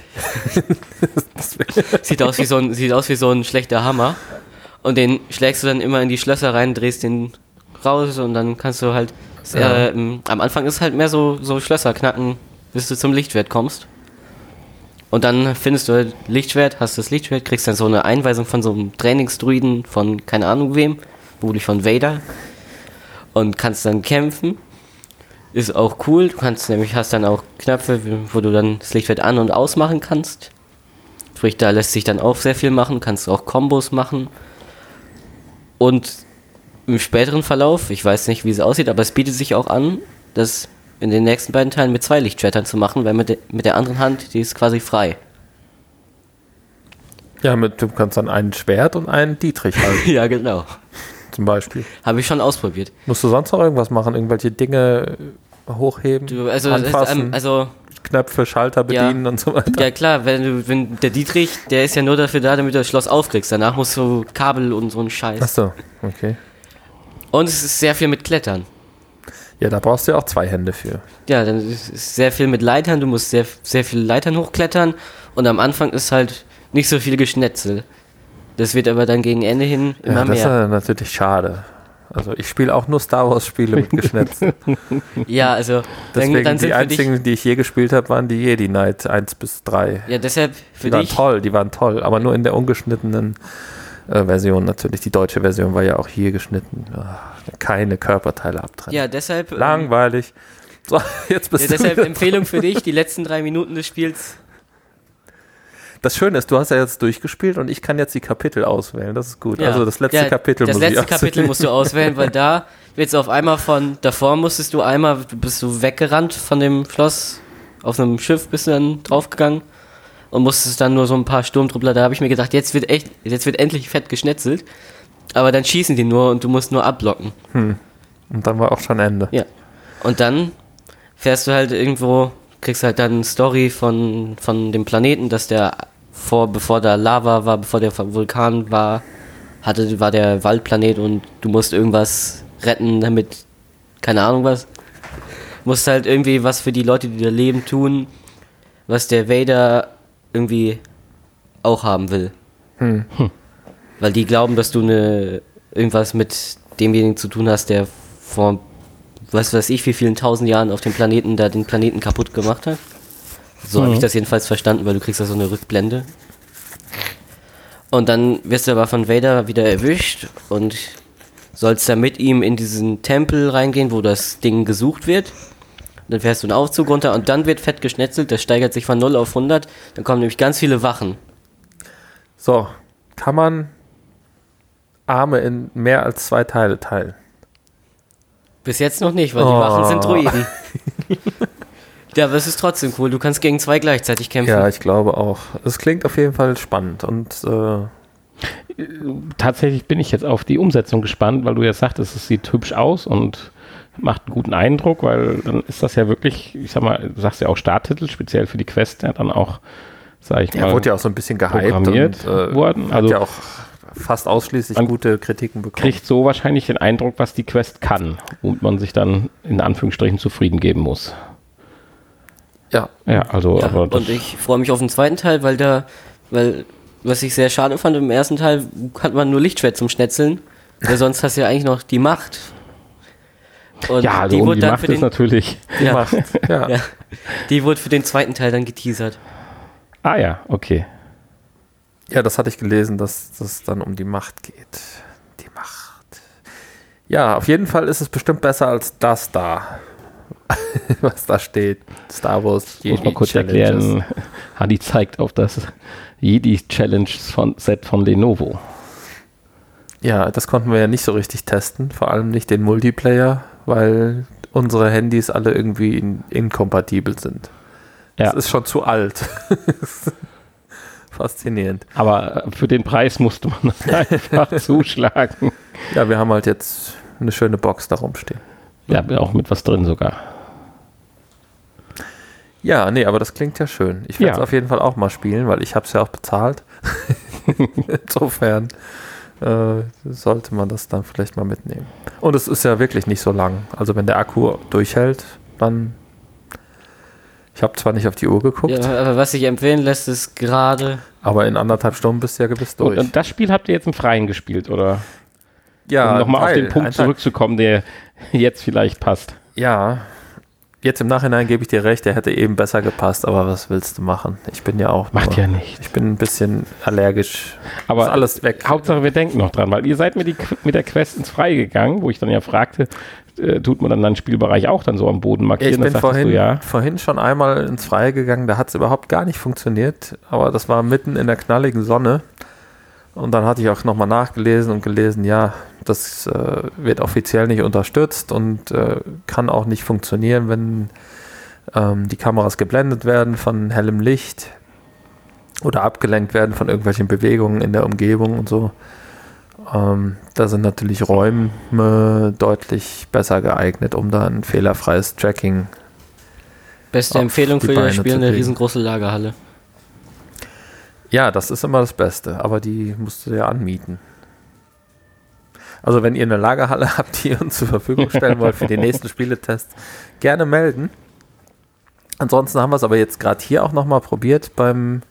sieht aus wie so ein schlechter Hammer. Und den schlägst du dann immer in die Schlösser rein, drehst den raus und dann kannst du halt. Am Anfang ist halt mehr so Schlösser knacken, bis du zum Lichtschwert kommst. Und dann findest du halt Lichtschwert, hast das Lichtschwert, kriegst dann so eine Einweisung von so einem Trainingsdruiden von keine Ahnung wem, vermutlich von Vader. Und kannst dann kämpfen. Ist auch cool, du hast dann auch Knöpfe, wo du dann das Lichtschwert an- und ausmachen kannst. Sprich, da lässt sich dann auch sehr viel machen, kannst auch Kombos machen. Und im späteren Verlauf, ich weiß nicht, wie es aussieht, aber es bietet sich auch an, das in den nächsten beiden Teilen mit 2 Lichtschwertern zu machen, weil mit der anderen Hand, die ist quasi frei. Ja, du kannst dann ein Schwert und einen Dietrich halten. Ja, genau. Zum Beispiel. Habe ich schon ausprobiert. Musst du sonst noch irgendwas machen? Irgendwelche Dinge hochheben, anfassen, Knöpfe, Schalter bedienen und so weiter? Ja klar, wenn der Dietrich, der ist ja nur dafür da, damit du das Schloss aufkriegst. Danach musst du Kabel und so einen Scheiß. Achso, okay. Und es ist sehr viel mit Klettern. Ja, da brauchst du ja auch 2 Hände für. Ja, dann ist es sehr viel mit Leitern. Du musst sehr, sehr viele Leitern hochklettern. Und am Anfang ist halt nicht so viel Geschnetzel. Das wird aber dann gegen Ende hin immer mehr. Das ist natürlich schade. Also ich spiele auch nur Star Wars Spiele mit Geschnetzel. Ja, also deswegen dann die einzigen, die ich je gespielt habe, waren die Jedi Knight 1 bis 3. Ja, deshalb die waren toll, aber nur in der ungeschnittenen Version natürlich. Die deutsche Version war ja auch hier geschnitten. Keine Körperteile abtrennen. Ja, deshalb langweilig. So, jetzt bist du deshalb Empfehlung für dich, die letzten 3 Minuten des Spiels. Das Schöne ist, du hast ja jetzt durchgespielt und ich kann jetzt die Kapitel auswählen. Das ist gut. Ja. Also das letzte Kapitel musst du auswählen, weil da wird's auf einmal davor bist du weggerannt von dem Schloss, auf einem Schiff bist du dann draufgegangen und musstest dann nur so ein paar Sturmtruppler, da habe ich mir gedacht, jetzt wird endlich fett geschnetzelt, aber dann schießen die nur und du musst nur abblocken. Und dann war auch schon Ende. Ja. Und dann fährst du halt irgendwo, kriegst halt dann eine Story von dem Planeten, dass bevor da Lava war, bevor der Vulkan war der Waldplanet und du musst irgendwas retten, damit, keine Ahnung was, musst halt irgendwie was für die Leute, die da leben, tun, was der Vader irgendwie auch haben will. Weil die glauben, dass du irgendwas mit demjenigen zu tun hast, der vor was weiß ich, wie vielen 1000 Jahren auf dem Planeten da den Planeten kaputt gemacht hat. So habe ich das jedenfalls verstanden, weil du kriegst da so eine Rückblende. Und dann wirst du aber von Vader wieder erwischt und sollst da mit ihm in diesen Tempel reingehen, wo das Ding gesucht wird. Dann fährst du einen Aufzug runter und dann wird fett geschnetzelt, das steigert sich von 0 auf 100, dann kommen nämlich ganz viele Wachen. So, kann man Arme in mehr als 2 Teile teilen? Bis jetzt noch nicht, weil die Wachen sind Druiden. Ja, aber es ist trotzdem cool. Du kannst gegen 2 gleichzeitig kämpfen. Ja, ich glaube auch. Es klingt auf jeden Fall spannend. Und tatsächlich bin ich jetzt auf die Umsetzung gespannt, weil du ja sagtest, es sieht hübsch aus und macht einen guten Eindruck, weil dann ist das ja wirklich, ich sag mal, du sagst ja auch Starttitel, speziell für die Quest, ja dann auch, sag ich mal, wurde ja auch so ein bisschen gehypt und worden. Also hat ja auch fast ausschließlich gute Kritiken bekommen. Kriegt so wahrscheinlich den Eindruck, was die Quest kann, womit man sich dann in Anführungsstrichen zufrieden geben muss. Ja. Ja, also. Ja, aber und ich freue mich auf den zweiten Teil, weil was ich sehr schade fand, im ersten Teil hat man nur Lichtschwert zum Schnetzeln, weil sonst hast du ja eigentlich noch die Macht. Und ja, also die Macht ist natürlich. Ja. Macht, ja. Ja. Die wurde für den zweiten Teil dann geteasert. Ah ja, okay. Ja, das hatte ich gelesen, dass es dann um die Macht geht. Die Macht. Ja, auf jeden Fall ist es bestimmt besser als das da. Was da steht. Star Wars Jedi muss man kurz erklären. Hadi zeigt auf das Jedi Challenge Set von Lenovo. Ja, das konnten wir ja nicht so richtig testen. Vor allem nicht den Multiplayer, weil unsere Handys alle irgendwie inkompatibel sind. Das ist schon zu alt. Faszinierend. Aber für den Preis musste man einfach zuschlagen. Ja, wir haben halt jetzt eine schöne Box da rumstehen. Ja, auch mit was drin sogar. Ja, nee, aber das klingt ja schön. Ich werde es auf jeden Fall auch mal spielen, weil ich habe es ja auch bezahlt. Insofern sollte man das dann vielleicht mal mitnehmen. Und es ist ja wirklich nicht so lang. Also wenn der Akku durchhält, dann... Ich habe zwar nicht auf die Uhr geguckt. Ja, aber was sich empfehlen lässt, ist gerade... Aber in 1,5 Stunden bist du ja gewiss durch. Und das Spiel habt ihr jetzt im Freien gespielt, oder? Ja, um nochmal auf den Punkt zurückzukommen, der jetzt vielleicht passt. Ja, jetzt im Nachhinein gebe ich dir recht, der hätte eben besser gepasst, aber was willst du machen? Ich bin ja auch... Macht ja nichts. Ich bin ein bisschen allergisch. Aber ist alles weg. Hauptsache, wir denken noch dran, weil ihr seid mit der Quest ins Freie gegangen, wo ich dann ja fragte, tut man dann den Spielbereich auch dann so am Boden markieren? Ich bin vorhin schon einmal ins Freie gegangen, da hat es überhaupt gar nicht funktioniert, aber das war mitten in der knalligen Sonne und dann hatte ich auch nochmal nachgelesen und gelesen, ja, das wird offiziell nicht unterstützt und kann auch nicht funktionieren, wenn die Kameras geblendet werden von hellem Licht oder abgelenkt werden von irgendwelchen Bewegungen in der Umgebung und so. Da sind natürlich Räume deutlich besser geeignet, um da ein fehlerfreies Tracking. Beste Empfehlung für das Spiel, eine riesengroße Lagerhalle. Ja, das ist immer das Beste, aber die musst du ja anmieten. Also wenn ihr eine Lagerhalle habt, die ihr uns zur Verfügung stellen wollt für die nächsten Spieletests, gerne melden. Ansonsten haben wir es aber jetzt gerade hier auch nochmal probiert beim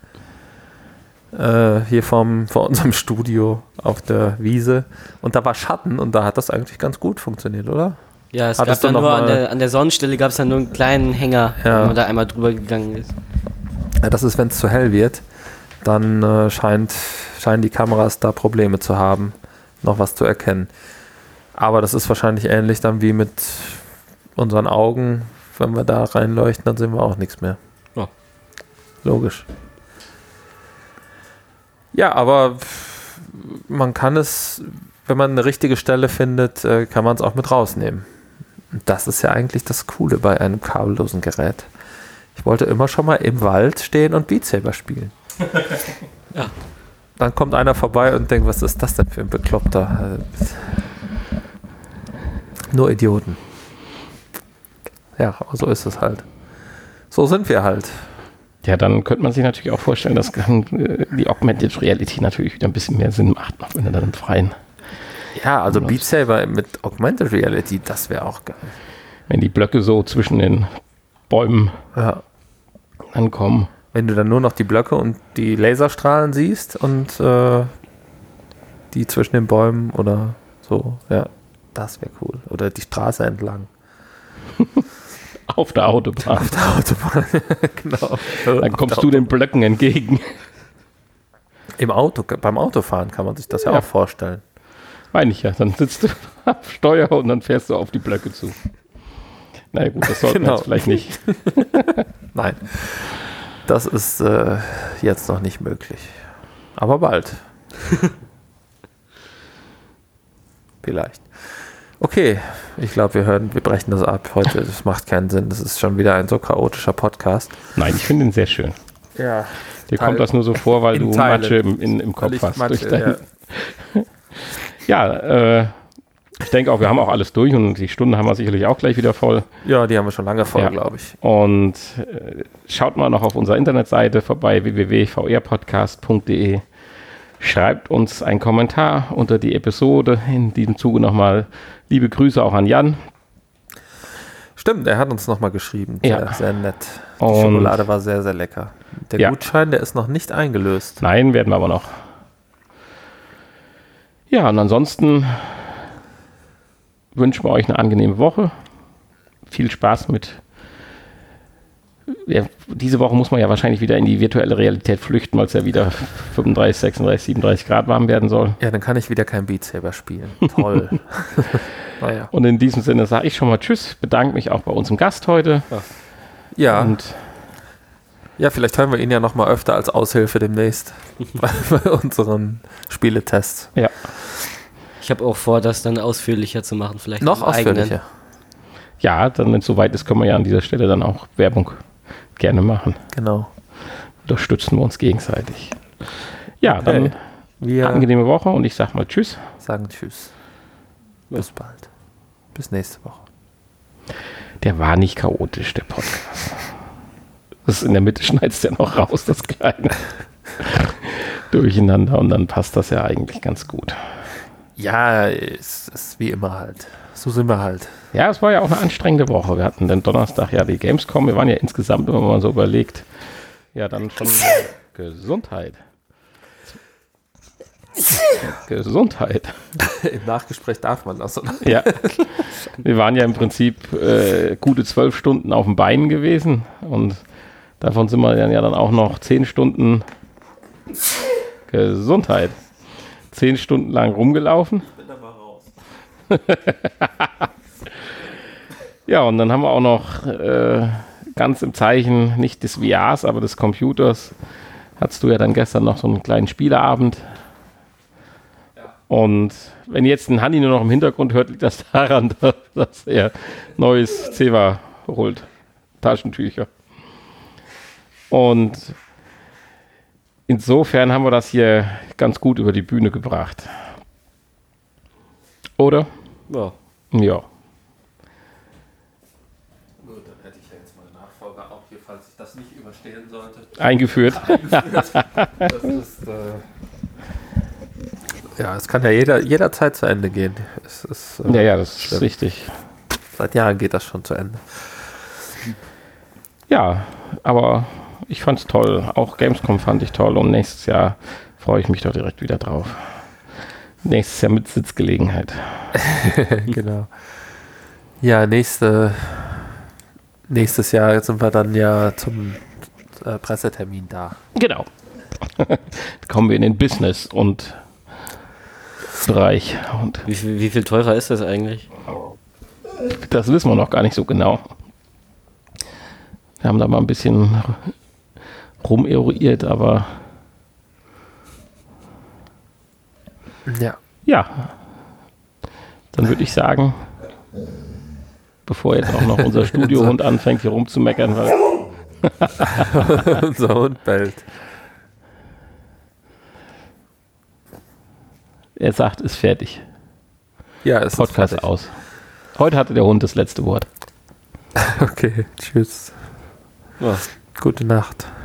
hier vor unserem Studio auf der Wiese und da war Schatten und da hat das eigentlich ganz gut funktioniert, oder? Ja, es gab dann nur an der Sonnenstelle gab es dann nur einen kleinen Hänger, wenn man da einmal drüber gegangen ist. Ja, das ist, wenn es zu hell wird, dann scheinen die Kameras da Probleme zu haben, noch was zu erkennen. Aber das ist wahrscheinlich ähnlich dann wie mit unseren Augen, wenn wir da reinleuchten, dann sehen wir auch nichts mehr. Ja. Logisch. Ja, aber man kann es, wenn man eine richtige Stelle findet, kann man es auch mit rausnehmen. Und das ist ja eigentlich das Coole bei einem kabellosen Gerät. Ich wollte immer schon mal im Wald stehen und Beat Saber spielen. Ja. Dann kommt einer vorbei und denkt, was ist das denn für ein Bekloppter? Nur Idioten. Ja, aber so ist es halt. So sind wir halt. Ja, dann könnte man sich natürlich auch vorstellen, dass die Augmented Reality natürlich wieder ein bisschen mehr Sinn macht, noch wenn er dann im Freien. Ja, also Beat Saber mit Augmented Reality, das wäre auch geil. Wenn die Blöcke so zwischen den Bäumen ankommen. Wenn du dann nur noch die Blöcke und die Laserstrahlen siehst und die zwischen den Bäumen oder so, ja, das wäre cool. Oder die Straße entlang. Auf der Autobahn. Auf der Autobahn, genau. Dann kommst du den Blöcken entgegen. Beim Autofahren kann man sich das ja auch vorstellen. Meine ich ja. Dann sitzt du am Steuer und dann fährst du auf die Blöcke zu. Na gut, das sollten wir jetzt vielleicht nicht. Nein, das ist jetzt noch nicht möglich. Aber bald. Vielleicht. Okay, ich glaube, wir brechen das ab heute. Das macht keinen Sinn. Das ist schon wieder ein so chaotischer Podcast. Nein, ich finde ihn sehr schön. Ja. Dir kommt das nur so vor, weil du Matsche im Kopf hast. Ich denke auch, wir haben auch alles durch und die Stunden haben wir sicherlich auch gleich wieder voll. Ja, die haben wir schon lange voll, glaube ich. Und schaut mal noch auf unserer Internetseite vorbei, www.vrpodcast.de. Schreibt uns einen Kommentar unter die Episode. In diesem Zuge nochmal liebe Grüße auch an Jan. Stimmt, er hat uns nochmal geschrieben. Ja. Sehr nett. Die Schokolade war sehr, sehr lecker. Der Gutschein, der ist noch nicht eingelöst. Nein, werden wir aber noch. Ja, und ansonsten wünschen wir euch eine angenehme Woche. Viel Spaß mit. Ja, diese Woche muss man ja wahrscheinlich wieder in die virtuelle Realität flüchten, weil es ja wieder 35, 36, 37 Grad warm werden soll. Ja, dann kann ich wieder kein Beat Saber spielen. Toll. Naja. Und in diesem Sinne sage ich schon mal Tschüss, bedanke mich auch bei unserem Gast heute. Ja. Und ja, vielleicht hören wir ihn ja noch mal öfter als Aushilfe demnächst bei unseren Spieletests. Ja. Ich habe auch vor, das dann ausführlicher zu machen. Vielleicht noch ausführlicher. Ja, dann, wenn es soweit ist, können wir ja an dieser Stelle dann auch Werbung gerne machen. Genau. Unterstützen wir uns gegenseitig. Ja, dann angenehme Woche und ich sag mal Tschüss. Sagen Tschüss. Bis bald. Bis nächste Woche. Der war nicht chaotisch, der Podcast. Das in der Mitte schneidest du ja noch raus, das Kleine. Durcheinander und dann passt das ja eigentlich ganz gut. Ja, es ist wie immer halt. So sind wir halt. Ja, es war ja auch eine anstrengende Woche. Wir hatten den Donnerstag ja die Gamescom. Wir waren ja insgesamt, wenn man mal so überlegt, ja dann schon Gesundheit. Gesundheit. Im Nachgespräch darf man das, oder? Ja. Wir waren ja im Prinzip gute 12 Stunden auf den Beinen gewesen und davon sind wir dann ja dann auch noch 10 Stunden Gesundheit. 10 Stunden lang rumgelaufen. Ich bin da mal raus. Ja, und dann haben wir auch noch ganz im Zeichen nicht des VRs, aber des Computers, hattest du ja dann gestern noch so einen kleinen Spieleabend. Und wenn jetzt ein Hanni nur noch im Hintergrund hört, liegt das daran, dass er neues Zewa holt. Taschentücher. Und insofern haben wir das hier ganz gut über die Bühne gebracht. Oder? Ja. Ja. Gut, dann hätte ich ja jetzt mal Nachfolger auch hier, falls ich das nicht überstehen sollte. Eingeführt. Das ist, ja, es kann ja jederzeit zu Ende gehen. Es ist, Ja, das ist schlimm. richtig. Seit Jahren geht das schon zu Ende. Ja, aber ich fand's toll. Auch Gamescom fand ich toll und nächstes Jahr freue ich mich doch direkt wieder drauf. Nächstes Jahr mit Sitzgelegenheit. Genau. Ja, nächstes Jahr sind wir dann ja zum Pressetermin da. Genau. Da kommen wir in den Business und Bereich. Und Wie viel teurer ist das eigentlich? das wissen wir noch gar nicht so genau. Wir haben da mal ein bisschen rumeruiert, aber Ja. ja. Dann würde ich sagen, bevor jetzt auch noch unser Studiohund anfängt, hier rumzumeckern, weil Unser Hund bellt. er sagt, ist fertig. Ja, es Podcast ist fertig. aus. Heute hatte der Hund das letzte Wort. Okay, tschüss. Ja. Gute Nacht.